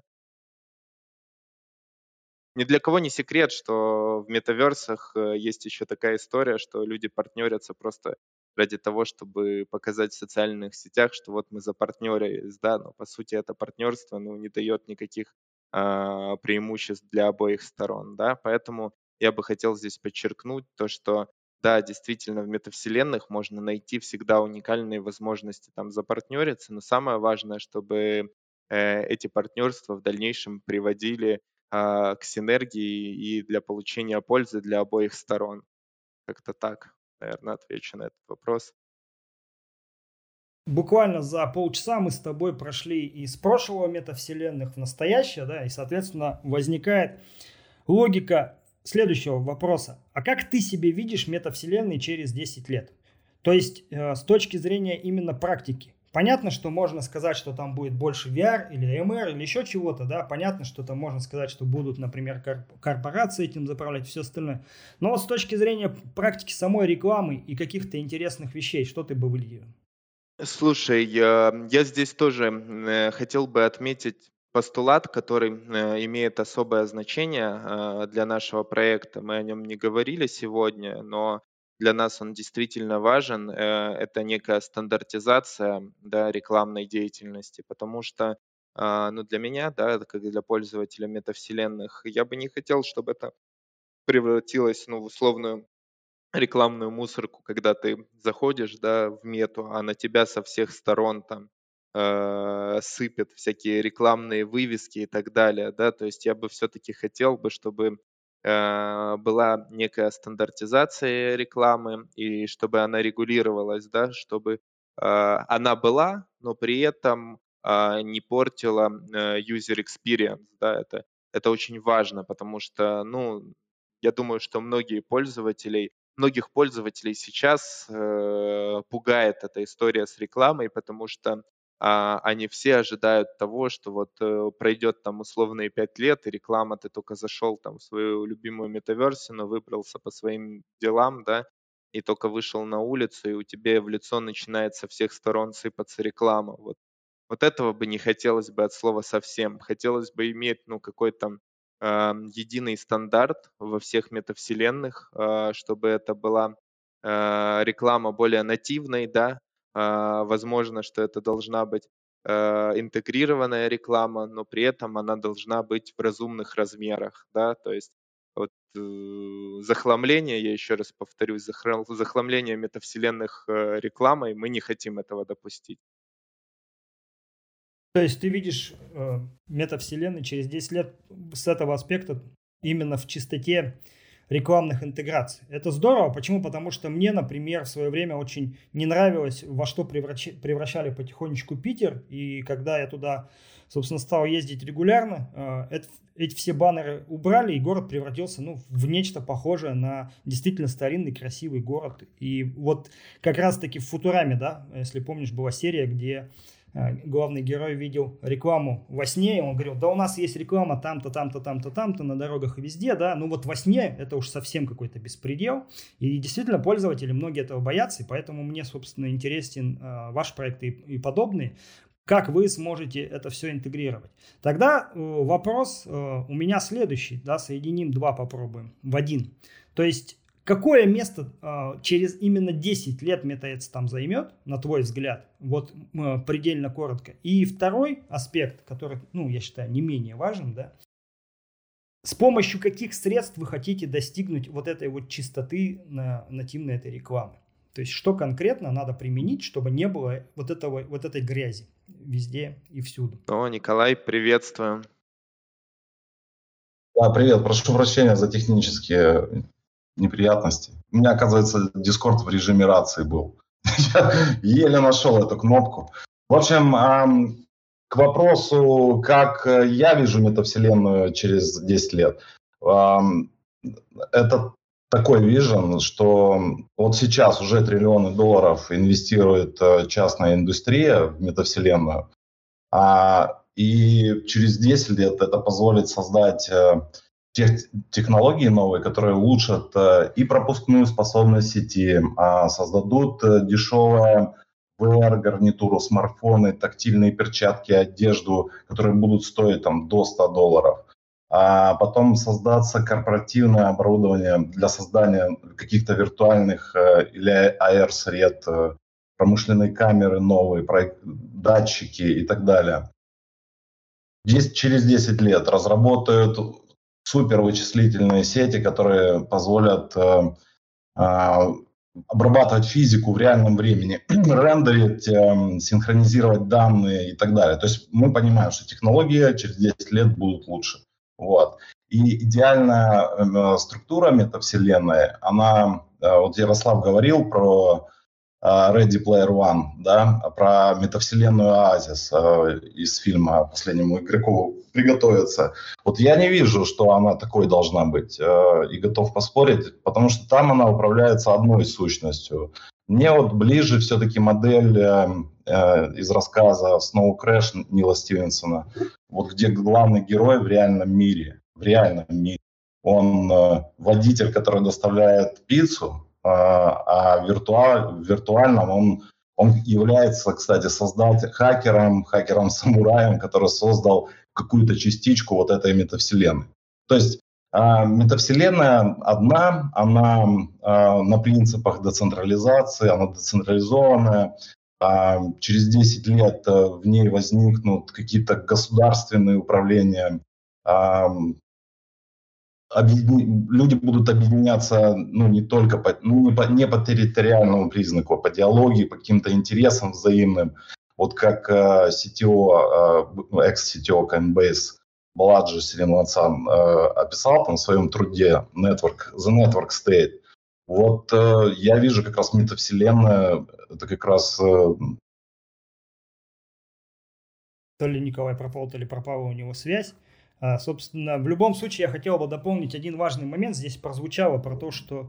Ни для кого не секрет, что в метаверсах э, есть еще такая история, что люди партнерятся просто ради того, чтобы показать в социальных сетях, что вот мы запартнерились, да, но по сути это партнерство, ну, не дает никаких а, преимуществ для обоих сторон, да, поэтому я бы хотел здесь подчеркнуть то, что да, действительно в метавселенных можно найти всегда уникальные возможности там запартнериться, но самое важное, чтобы э, эти партнерства в дальнейшем приводили а, к синергии и для получения пользы для обоих сторон. Как-то так, наверное, отвечу на этот вопрос. Буквально за полчаса мы с тобой прошли из прошлого метавселенных в настоящее, да, и, соответственно, возникает логика следующего вопроса. А как ты себе видишь метавселенные через десять лет? То есть э, с точки зрения именно практики. Понятно, что можно сказать, что там будет больше ви ар или эм эр или еще чего-то, да, понятно, что там можно сказать, что будут, например, корпорации этим заправлять, все остальное. Но вот с точки зрения практики самой рекламы и каких-то интересных вещей, что ты бы выделил? Слушай, я, я здесь тоже э, хотел бы отметить постулат, который э, имеет особое значение э, для нашего проекта. Мы о нем не говорили сегодня, но для нас он действительно важен. Э, это некая стандартизация, да, рекламной деятельности, потому что а, ну, для меня, да, как для пользователя метавселенных, я бы не хотел, чтобы это превратилось, ну, в условную рекламную мусорку, когда ты заходишь, да, в мету, а на тебя со всех сторон там э, сыпят всякие рекламные вывески и так далее, да, то есть я бы все-таки хотел бы, чтобы э, была некая стандартизация рекламы и чтобы она регулировалась, да, чтобы э, она была, но при этом э, не портила э, user experience, да, это, это очень важно, потому что, ну, я думаю, что многие пользователи многих пользователей сейчас э, пугает эта история с рекламой, потому что а, они все ожидают того, что вот э, пройдет там условные пять лет, и реклама, ты только зашел там в свою любимую метаверсину, выбрался по своим делам, да, и только вышел на улицу, и у тебя в лицо начинает со всех сторон сыпаться реклама. Вот, вот этого бы не хотелось бы от слова совсем. Хотелось бы иметь, ну, какой-то а, единый стандарт во всех метавселенных, а, чтобы это была а, реклама более нативной, да, а, возможно, что это должна быть а, интегрированная реклама, но при этом она должна быть в разумных размерах, да, то есть вот э, захламление, я еще раз повторюсь, захра- захламление метавселенных э, рекламой, мы не хотим этого допустить. То есть ты видишь э, метавселенной через десять лет с этого аспекта именно в чистоте рекламных интеграций. Это здорово. Почему? Потому что мне, например, в свое время очень не нравилось, во что превращ... превращали потихонечку Питер. И когда я туда, собственно, стал ездить регулярно, э, это, эти все баннеры убрали, и город превратился, ну, в нечто похожее на действительно старинный красивый город. И вот как раз-таки в Футураме, да, если помнишь, была серия, где главный герой видел рекламу во сне, и он говорил, да у нас есть реклама там-то, там-то, там-то, там-то, на дорогах и везде, да, ну вот во сне это уж совсем какой-то беспредел, и действительно пользователи многие этого боятся, и поэтому мне, собственно, интересен э, ваш проект и, и подобные, как вы сможете это все интегрировать. Тогда э, вопрос э, у меня следующий, да, соединим два, попробуем в один, то есть какое место э, через именно десять лет MetaEds там займет, на твой взгляд, вот э, предельно коротко. И второй аспект, который, ну, я считаю, не менее важен, да, с помощью каких средств вы хотите достигнуть вот этой вот чистоты на, нативной этой рекламы. То есть, что конкретно надо применить, чтобы не было вот, этого, вот этой грязи везде и всюду. О, Николай, приветствуем. Да, привет, прошу прощения за технические неприятности. У меня, оказывается, Discord в режиме рации был. Я еле нашел эту кнопку. В общем, к вопросу, как я вижу метавселенную через десять лет. Это такой вижен, что вот сейчас уже триллионы долларов инвестирует частная индустрия в метавселенную, и через десять лет это позволит создать тех технологии новые, которые улучшат э, и пропускную способность сети, э, создадут э, дешевое ви ар-гарнитуру, смартфоны, тактильные перчатки, одежду, которые будут стоить там до ста долларов. А потом создаться корпоративное оборудование для создания каких-то виртуальных э, или эй ар-сред, э, промышленные камеры новые, проект, датчики и так далее. Здесь через десять лет разработают супервычислительные сети, которые позволят э, э, обрабатывать физику в реальном времени, рендерить, э, синхронизировать данные и так далее. То есть мы понимаем, что технологии через десять лет будут лучше. Вот. И идеальная э, структура метавселенной, она, э, вот Ярослав говорил про Ready Player One, да, про метавселенную Оазис из фильма «Последнему игроку приготовиться». Вот я не вижу, что она такой должна быть, и готов поспорить, потому что там она управляется одной сущностью. Мне вот ближе все-таки модель из рассказа «Snow Crash» Нила Стивенсона, вот где главный герой в реальном мире, в реальном мире. Он водитель, который доставляет пиццу, а виртуаль, в виртуальном он, он является, кстати, создателем, хакером, хакером-самураем, который создал какую-то частичку вот этой метавселенной. То есть э, метавселенная одна, она э, на принципах децентрализации, она децентрализованная. Э, через десять лет э, в ней возникнут какие-то государственные управления, э, люди будут объединяться, ну, не только по, ну, не, по, не по территориальному признаку, а по диалогии, по каким-то интересам взаимным. Вот как э, си ти о, э, экс-си ти о Coinbase Баладжи Сринватсан э, описал там в своем труде Network, The Network State. Вот э, я вижу как раз метавселенная, это как раз... Э... То ли Николай пропал, то ли пропала у него связь. А, собственно, в любом случае я хотел бы дополнить один важный момент. Здесь прозвучало про то, что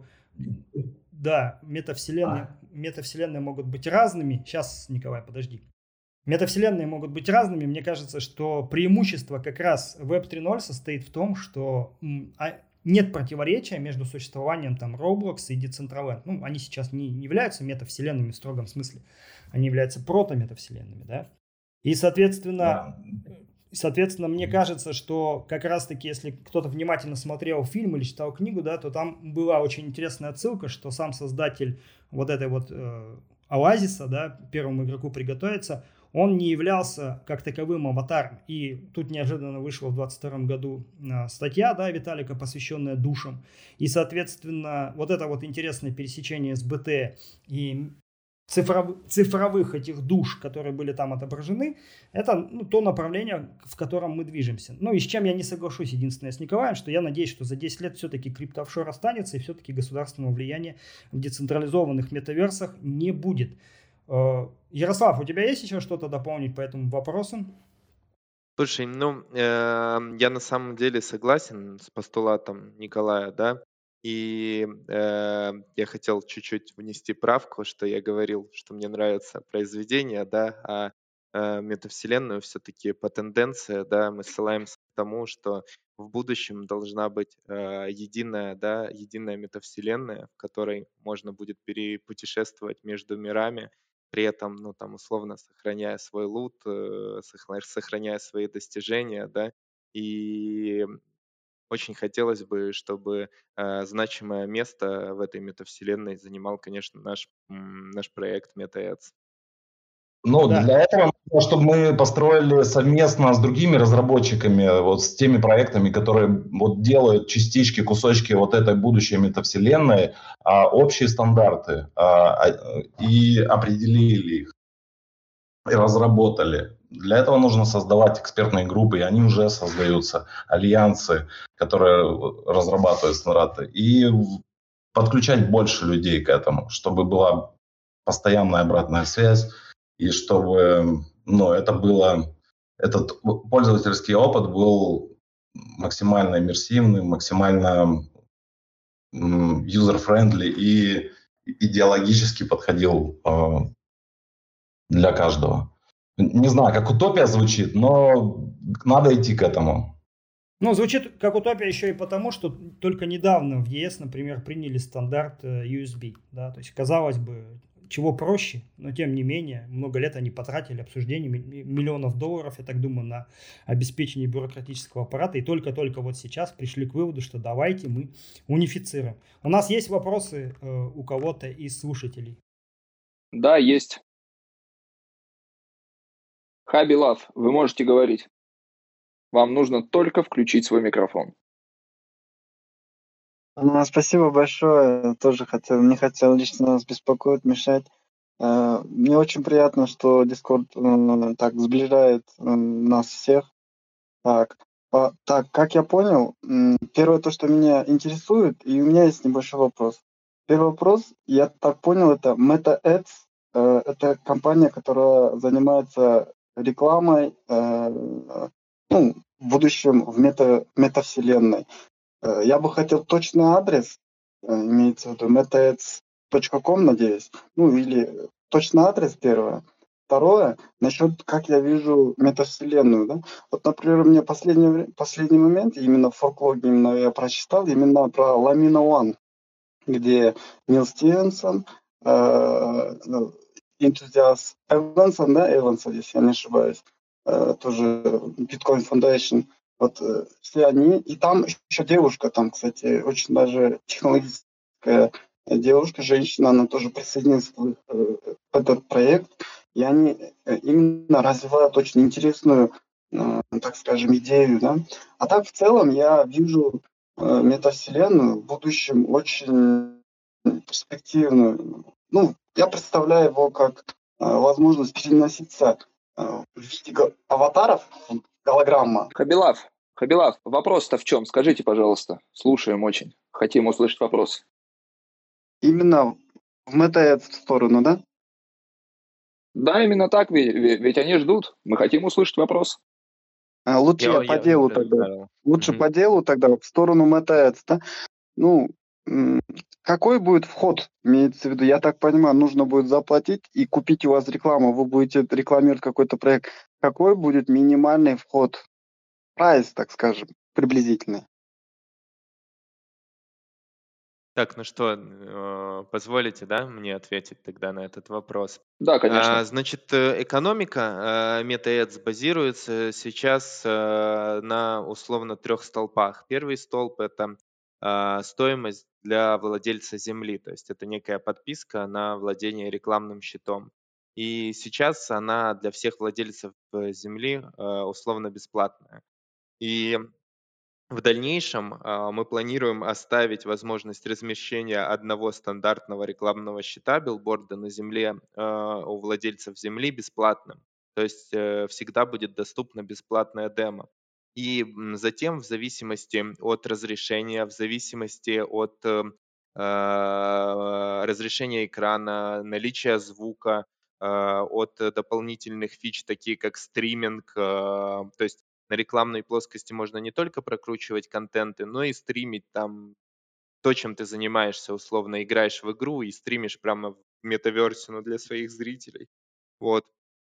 да, метавселенные, метавселенные могут быть разными. Сейчас, Николай, подожди. Метавселенные могут быть разными. Мне кажется, что преимущество как раз веб три ноль состоит в том, что нет противоречия между существованием там Roblox и Decentraland. Ну, они сейчас не являются метавселенными в строгом смысле. Они являются прото-метавселенными, да. И, соответственно... Соответственно, мне кажется, что как раз-таки, если кто-то внимательно смотрел фильм или читал книгу, да, то там была очень интересная отсылка, что сам создатель вот этой вот э, Оазиса, да, первому игроку приготовиться, он не являлся как таковым аватаром. И тут неожиданно вышла в двадцать втором году э, статья, да, Виталика, посвященная душам. И, соответственно, вот это вот интересное пересечение с би ти и Цифров, цифровых этих душ, которые были там отображены, это ну, то направление, в котором мы движемся. Ну и с чем я не соглашусь, единственное, с Николаем, что я надеюсь, что за десять лет все-таки криптоофшор останется и все-таки государственного влияния в децентрализованных метаверсах не будет. Ярослав, у тебя есть еще что-то дополнить по этому вопросу? Слушай, ну, э, я на самом деле согласен с постулатом Николая, да, и э, я хотел чуть-чуть внести правку, что я говорил, что мне нравится произведение, да, а э, метавселенную все-таки по тенденции, да, мы ссылаемся к тому, что в будущем должна быть э, единая, да, единая метавселенная, в которой можно будет перепутешествовать между мирами, при этом, ну, там, условно, сохраняя свой лут, э, сохраняя свои достижения, да, и очень хотелось бы, чтобы э, значимое место в этой метавселенной занимал, конечно, наш, м, наш проект MetaEds. Ну, Да. для этого, чтобы мы построили совместно с другими разработчиками, вот с теми проектами, которые вот делают частички, кусочки вот этой будущей метавселенной, а, общие стандарты а, и определили их, и разработали. Для этого нужно создавать экспертные группы, и они уже создаются, альянсы, которые разрабатывают стандарты, и подключать больше людей к этому, чтобы была постоянная обратная связь, и чтобы, ну, это было, этот пользовательский опыт был максимально иммерсивным, максимально user-friendly и идеологически подходил э, для каждого. Не знаю, как утопия звучит, но надо идти к этому. Ну, звучит как утопия еще и потому, что только недавно в ЕС, например, приняли стандарт ю эс би. Да? То есть, казалось бы, чего проще, но тем не менее, много лет они потратили обсуждение миллионов долларов, я так думаю, на обеспечение бюрократического аппарата, и только-только вот сейчас пришли к выводу, что давайте мы унифицируем. У нас есть вопросы э, у кого-то из слушателей? Да, есть. Хаби Лав, вы можете говорить. Вам нужно только включить свой микрофон. Ну, спасибо большое. Тоже хотел, не хотел лично вас беспокоить, мешать. Э, Мне очень приятно, что Discord э, так сближает э, нас всех. Так, по- так, как я понял, м, первое то, что меня интересует, и у меня есть небольшой вопрос. Первый вопрос, я так понял, это MetaAds. Э, это компания, которая занимается рекламой, э, ну, в будущем в мета, метавселенной. Э, я бы хотел точный адрес, э, имеется в виду metaAds точка ком, надеюсь. Ну, или точный адрес первое. Второе, насчет, как я вижу метавселенную. Да? Вот, например, мне последний, вре- последний момент, именно в форклоге именно я прочитал, именно про Lamina One, где Нил Стивенсон, э, ну, энтузиаст Эвансон, да, Эвансон, если я не ошибаюсь, э, тоже Bitcoin Foundation, вот э, все они, и там еще девушка, там, кстати, очень даже технологическая девушка, женщина, она тоже присоединилась в э, этот проект, и они э, именно развивают очень интересную, э, так скажем, идею, да. А так в целом я вижу э, метавселенную в будущем очень перспективную. Ну, я представляю его как э, возможность переноситься э, в виде га- аватаров, голограмма. Хабилав, Хабилав, вопрос-то в чем? Скажите, пожалуйста. Слушаем очень. Хотим услышать вопрос. Именно в MetaAds сторону, да? Да, именно так, ведь, ведь ведь они ждут. Мы хотим услышать вопрос. А, лучше Я, я по я делу уже тогда. отправил. Лучше Мгм. по делу тогда, в сторону MetaAds, да? Ну, м, какой будет вход, имеется в виду? Я так понимаю, нужно будет заплатить и купить у вас рекламу. Вы будете рекламировать какой-то проект. Какой будет минимальный вход? Прайс, так скажем, приблизительный. Так, ну что, э, позволите, да, мне ответить тогда на этот вопрос? Да, конечно. А, Значит, э, экономика э, MetaAds базируется сейчас э, на условно трех столпах. Первый столб — это а, стоимость для владельца земли, то есть это некая подписка на владение рекламным щитом. И сейчас она для всех владельцев э, земли э, условно бесплатная. И в дальнейшем а, мы планируем оставить возможность размещения одного стандартного рекламного щита билборда на земле а, у владельцев земли бесплатным. То есть э, всегда будет доступна бесплатная демо. И м, затем, в зависимости от разрешения, в зависимости от э, а, разрешения экрана, наличия звука, а, от дополнительных фич, такие как стриминг, а, то есть на рекламной плоскости можно не только прокручивать контенты, но и стримить там то, чем ты занимаешься, условно играешь в игру и стримишь прямо в метаверсе, но для своих зрителей. Вот.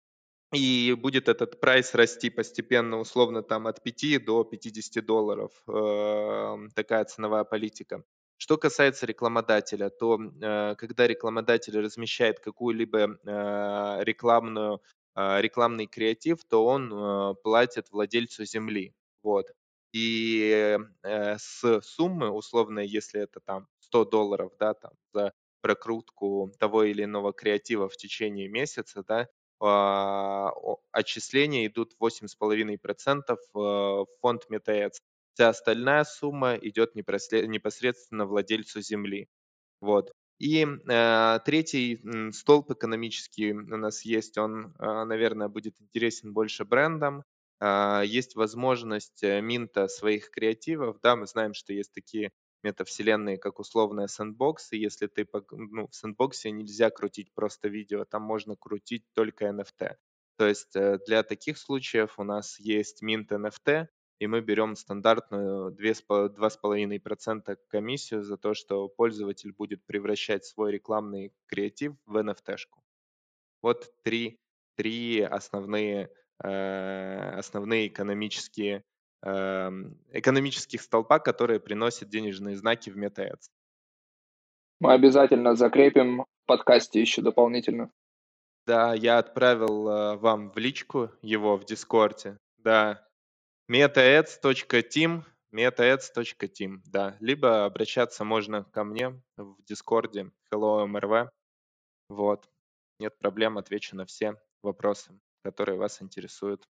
И будет этот прайс расти постепенно, условно, там от пяти до пятидесяти долларов. Эм, Такая ценовая политика. Что касается рекламодателя, то э, когда рекламодатель размещает какую-либо э, рекламную, э, рекламный креатив, то он э, платит владельцу земли. Вот. И э, с суммы, условно, если это там сто долларов, да, там, за прокрутку того или иного креатива в течение месяца, да, а, о- отчисления идут восемь с половиной процентов в фонд MetaAds. Вся остальная сумма идет непросле- непосредственно владельцу земли. Вот. И э, третий м, столб экономический у нас есть, он, э, наверное, будет интересен больше брендам. А, Есть возможность э, минта своих креативов. Да, мы знаем, что есть такие метавселенные, как условная Sandbox, и если ты пог- ну, в Sandbox нельзя крутить просто видео, там можно крутить только эн эф ти. То есть э, для таких случаев у нас есть минт эн эф ти, и мы берем стандартную два с половиной процента комиссию за то, что пользователь будет превращать свой рекламный креатив в эн эф ти-шку. Вот три, три основные, э, основные экономические, эм, экономических столпа, которые приносят денежные знаки в MetaAds. Мы обязательно закрепим в подкасте еще дополнительно. Да, я отправил э, вам в личку его в Дискорде. Да, metaads точка team, metaads точка team, да. Либо обращаться можно ко мне в Дискорде, hello эм эр ви. Вот. Нет проблем, отвечу на все вопросы, которые вас интересуют.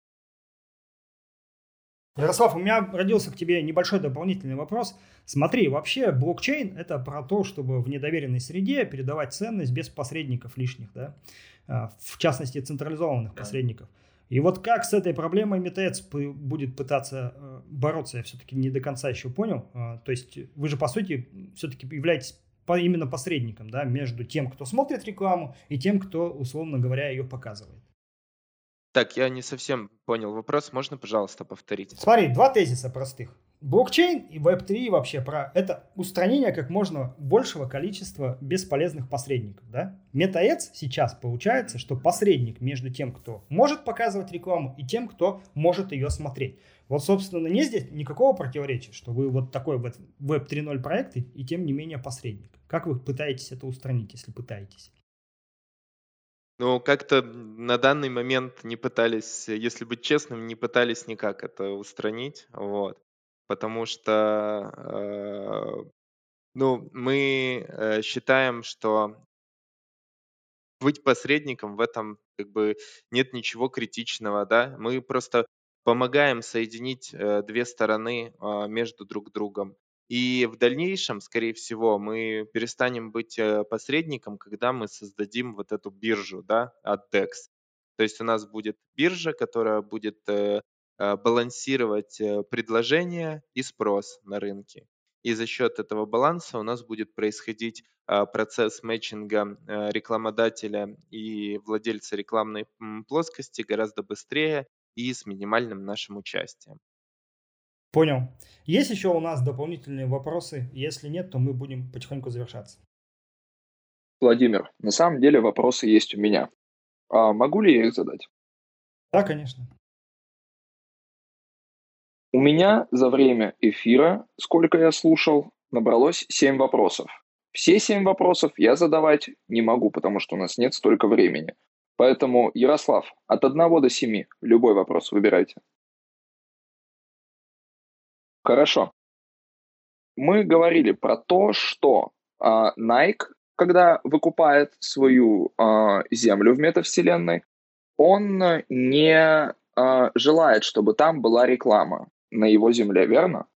Ярослав, у меня родился к тебе небольшой дополнительный вопрос. Смотри, вообще блокчейн — это про то, чтобы в недоверенной среде передавать ценность без посредников лишних, да? А, в частности, централизованных Да. посредников. И вот как с этой проблемой MetaAds п- будет пытаться э, бороться, я все-таки не до конца еще понял. А, то есть вы же, по сути, все-таки являетесь по именно посредником, да, между тем, кто смотрит рекламу, и тем, кто, условно говоря, ее показывает. Так, я не совсем понял вопрос. Можно, пожалуйста, повторить? Смотри, два тезиса простых. Блокчейн и веб три вообще про это устранение как можно большего количества бесполезных посредников. Да? MetaAds сейчас получается, что посредник между тем, кто может показывать рекламу, и тем, кто может ее смотреть. Вот, собственно, нет здесь никакого противоречия, что вы вот такой вот веб три ноль проект и, и тем не менее посредник. Как вы пытаетесь это устранить, если пытаетесь? Ну, как-то на данный момент не пытались, если быть честным, не пытались никак это устранить, вот, потому что, э, ну, мы э, считаем, что быть посредником в этом как бы нет ничего критичного, да, мы просто помогаем соединить э, две стороны а, между друг другом. И в дальнейшем, скорее всего, мы перестанем быть э, посредником, когда мы создадим вот эту биржу, да, от декс. То есть у нас будет биржа, которая будет э, э, балансировать э, предложение и спрос на рынке. И за счет этого баланса у нас будет происходить а, процесс мэтчинга э, рекламодателя и владельца рекламной м, плоскости гораздо быстрее и с минимальным нашим участием. Понял. Есть еще у нас дополнительные вопросы? Если нет, то мы будем потихоньку завершаться. Владимир, на самом деле вопросы есть у меня. А могу ли я их задать? Да, конечно. У меня за время эфира, сколько я слушал, набралось семь вопросов. Все семь вопросов я задавать не могу, потому что у нас нет столько времени. Поэтому, Ярослав, от одного до семи любой вопрос выбирайте. Хорошо. Мы говорили про то, что а, Nike, когда выкупает свою а, землю в метавселенной, он не а, желает, чтобы там была реклама на его земле, верно?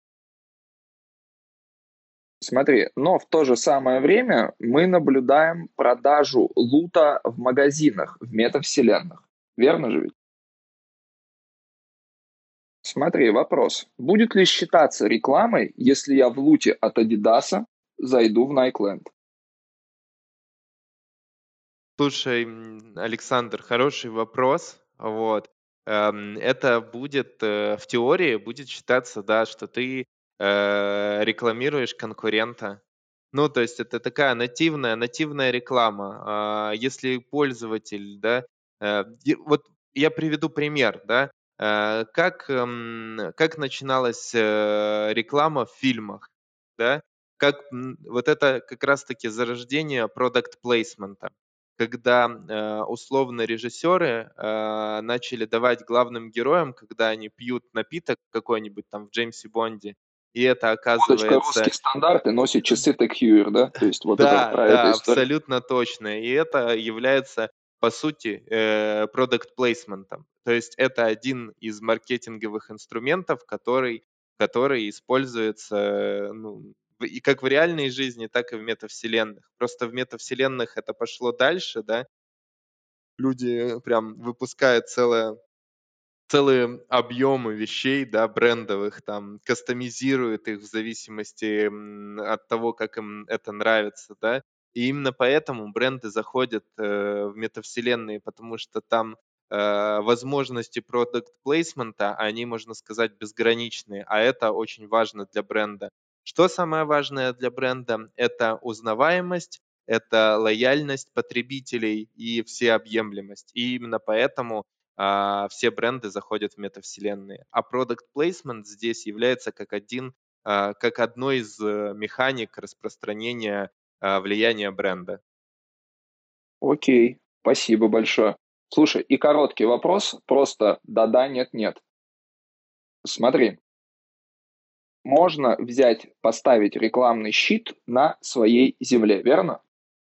Смотри, но в то же самое время мы наблюдаем продажу лута в магазинах, в метавселенных. Верно же ведь? Смотри, вопрос. Будет ли считаться рекламой, если я в луте от Адидаса зайду в Nikeland? Слушай, м, Александр, хороший вопрос. Вот. Эм, Это будет э, в теории будет считаться, да, что ты э, рекламируешь конкурента. Ну, то есть это такая нативная, нативная реклама. А, Если пользователь, да, э, е- вот я приведу пример, да, э, как, эм, как начиналась э, реклама в фильмах, да, как м, вот это как раз-таки зарождение продукт плейсмента, когда э, условно режиссеры э, начали давать главным героям, когда они пьют напиток какой-нибудь там в Джеймсе Бонде, и это Водочка оказывается... русские стандарты носит часы Tag Heuer, да? То есть вот это Да, про эту да, историю. абсолютно точно. И это является, по сути, э, продукт плейсментом. То есть это один из маркетинговых инструментов, который, который используется э, ну, в- и как в реальной жизни, так и в метавселенных. Просто в метавселенных это пошло дальше, да. Люди прям выпускают целое целые объемы вещей, да, брендовых, там, кастомизируют их в зависимости м, от того, как им это нравится, да. И именно поэтому бренды заходят э, в метавселенные, потому что там э, возможности продукт плейсмента, они, можно сказать, безграничные, а это очень важно для бренда. Что самое важное для бренда? Это узнаваемость, это лояльность потребителей и всеобъемлемость. И именно поэтому а, все бренды заходят в метавселенные. А product placement здесь является как один, а, как одной из э, механик распространения а, влияния бренда. Окей, спасибо большое. Слушай, и короткий вопрос, просто да-да, нет-нет. Смотри, можно взять, поставить рекламный щит на своей земле, верно?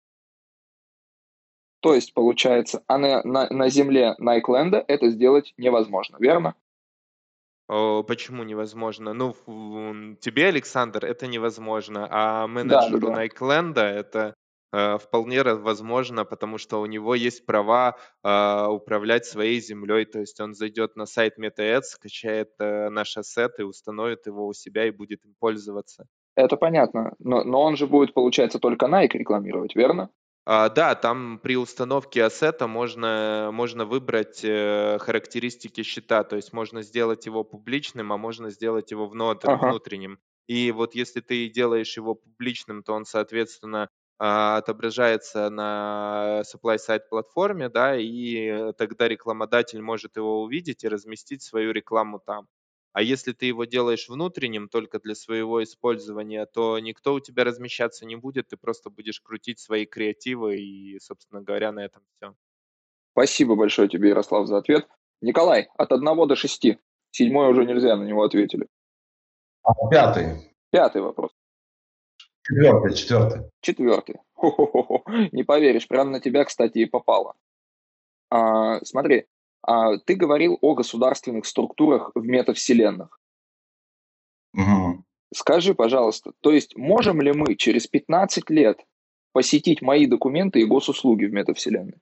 То есть, получается, а на, на, на земле Найкленда это сделать невозможно, верно? О, почему невозможно? Ну, ф- м, тебе, Александр, это невозможно, а Да, да, менеджеру да. Найкленда это э, вполне ра- возможно, потому что у него есть права а, управлять своей землей. То есть он зайдет на сайт MetaAds, скачает э, наш ассет и установит его у себя и будет им пользоваться. Это понятно, но, но он же будет, получается, только Nike рекламировать, верно? А, да, там при установке ассета можно, можно выбрать э, характеристики счета, то есть можно сделать его публичным, а можно сделать его внутр- Ага. внутренним. И вот если ты делаешь его публичным, то он, соответственно, а, отображается на supply-side платформе, да, и тогда рекламодатель может его увидеть и разместить свою рекламу там. А если ты его делаешь внутренним только для своего использования, то никто у тебя размещаться не будет, ты просто будешь крутить свои креативы и, собственно говоря, на этом все. Спасибо большое тебе, Ярослав, за ответ. Николай, от одного до шести. Седьмой уже нельзя, на него ответили. А пятый. Пятый вопрос. Четвертый, четвертый. Четвертый. Хо-хо-хо. Не поверишь, прямо на тебя, кстати, и попало. А, смотри, а, ты говорил о государственных структурах в метавселенных. Угу. Скажи, пожалуйста, то есть можем ли мы через пятнадцать лет посетить мои документы и госуслуги в метавселенной?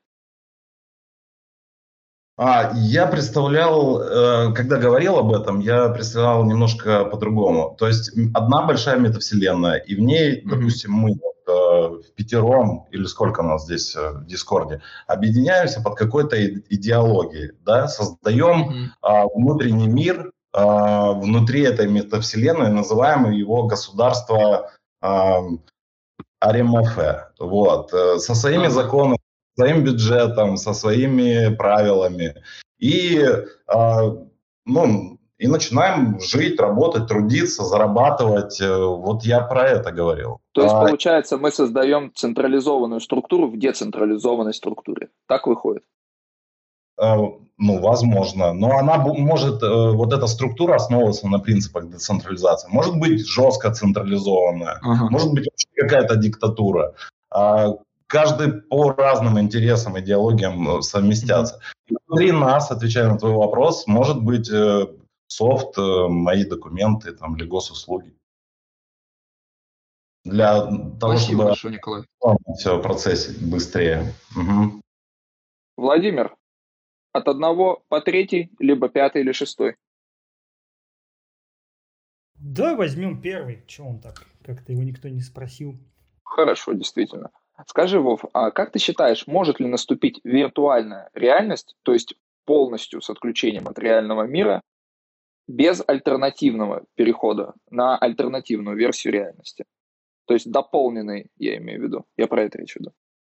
А, я представлял, э, когда говорил об этом, я представлял немножко по-другому. То есть м, одна большая метавселенная, и в ней, Мгм. допустим, мы вот, э, в пятером, или сколько нас здесь э, в Дискорде, объединяемся под какой-то и- идеологией, да, создаем Мгм. а, внутренний мир а, внутри этой метавселенной, называем его государство а, ар эм эф, вот, э, со своими Ага. законами, своим бюджетом, со своими правилами. И, а, ну, и начинаем жить, работать, трудиться, зарабатывать. Э, Вот я про это говорил. То есть, А, получается, мы создаем централизованную структуру в децентрализованной структуре. Так выходит. э, Ну, возможно. Но она бу- может, э, вот эта структура основываться на принципах децентрализации. Может быть жестко централизованная, Ага. может быть вообще какая-то диктатура. А, Каждый по разным интересам, идеологиям э, совместятся. И внутри нас, отвечая на твой вопрос, может быть э, софт, э, мои документы там, или госуслуги. Для того, Спасибо чтобы большое, Николай. все в процессе быстрее. Мгм. Владимир, от одного по третий, либо пятый или шестой. Да, возьмем первый. Че он так? Как-то его никто не спросил. Хорошо, действительно. Скажи, Вов, а как ты считаешь, может ли наступить виртуальная реальность, то есть полностью с отключением от реального мира, без альтернативного перехода на альтернативную версию реальности? То есть дополненный, я имею в виду. Я про это речь веду.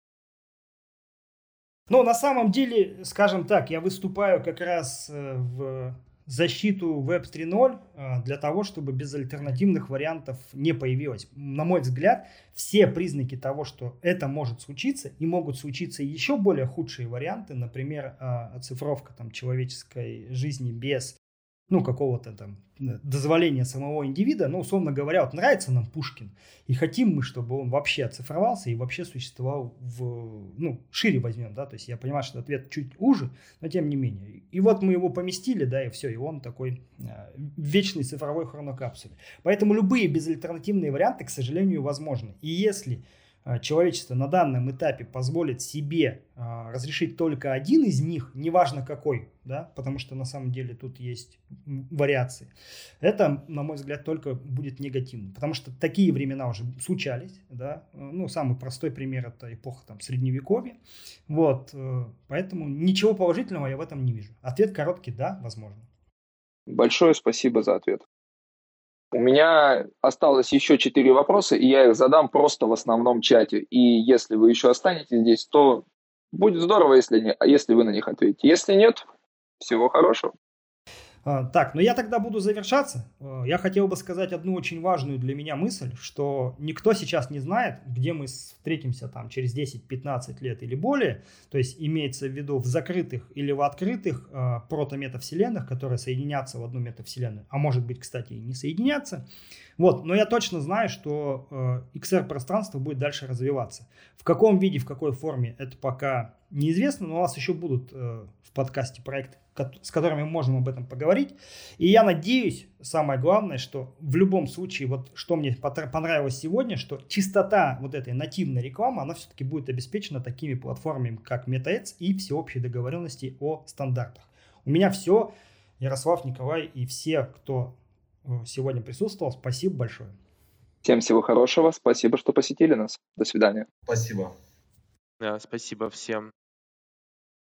Но на самом деле, скажем так, я выступаю как раз э, в защиту веб три ноль э, для того, чтобы без альтернативных вариантов не появилось. На мой взгляд, все признаки того, что это может случиться, и могут случиться еще более худшие варианты, например, э, оцифровка там, человеческой жизни без ну, какого-то там дозволения самого индивида, ну, условно говоря, вот нравится нам Пушкин, и хотим мы, чтобы он вообще оцифровался и вообще существовал в, ну, шире возьмем, да, то есть я понимаю, что ответ чуть уже, но тем не менее. И вот мы его поместили, да, и все, и он такой э, вечный цифровой хронокапсуле. Поэтому любые безальтернативные варианты, к сожалению, возможны. И если человечество на данном этапе позволит себе а, разрешить только один из них, неважно какой, да, потому что на самом деле тут есть вариации, это, на мой взгляд, только будет негативно, потому что такие времена уже случались, да, ну, самый простой пример это эпоха там средневековья, вот, поэтому ничего положительного я в этом не вижу. Ответ короткий, да, возможно. Большое спасибо за ответ. У меня осталось еще четыре вопроса, и я их задам просто в основном чате. И если вы еще останетесь здесь, то будет здорово, если, не, если вы на них ответите. Если нет, всего хорошего. А, так, ну я тогда буду завершаться. Я хотел бы сказать одну очень важную для меня мысль, что никто сейчас не знает, где мы встретимся там через десять-пятнадцать лет или более. То есть имеется в виду в закрытых или в открытых э, протометавселенных, которые соединятся в одну метавселенную. А может быть, кстати, и не соединятся. Вот, но я точно знаю, что э, икс ар-пространство будет дальше развиваться. В каком виде, в какой форме, это пока неизвестно, но у нас еще будут э, в подкасте проекты, с которыми мы можем об этом поговорить. И я надеюсь, самое главное, что в любом случае, вот что мне понравилось сегодня, что чистота вот этой нативной рекламы, она все-таки будет обеспечена такими платформами, как MetaEds и всеобщей договоренности о стандартах. У меня все. Ярослав, Николай и все, кто сегодня присутствовал, спасибо большое. Всем всего хорошего. Спасибо, что посетили нас. До свидания. Спасибо. Да, спасибо всем.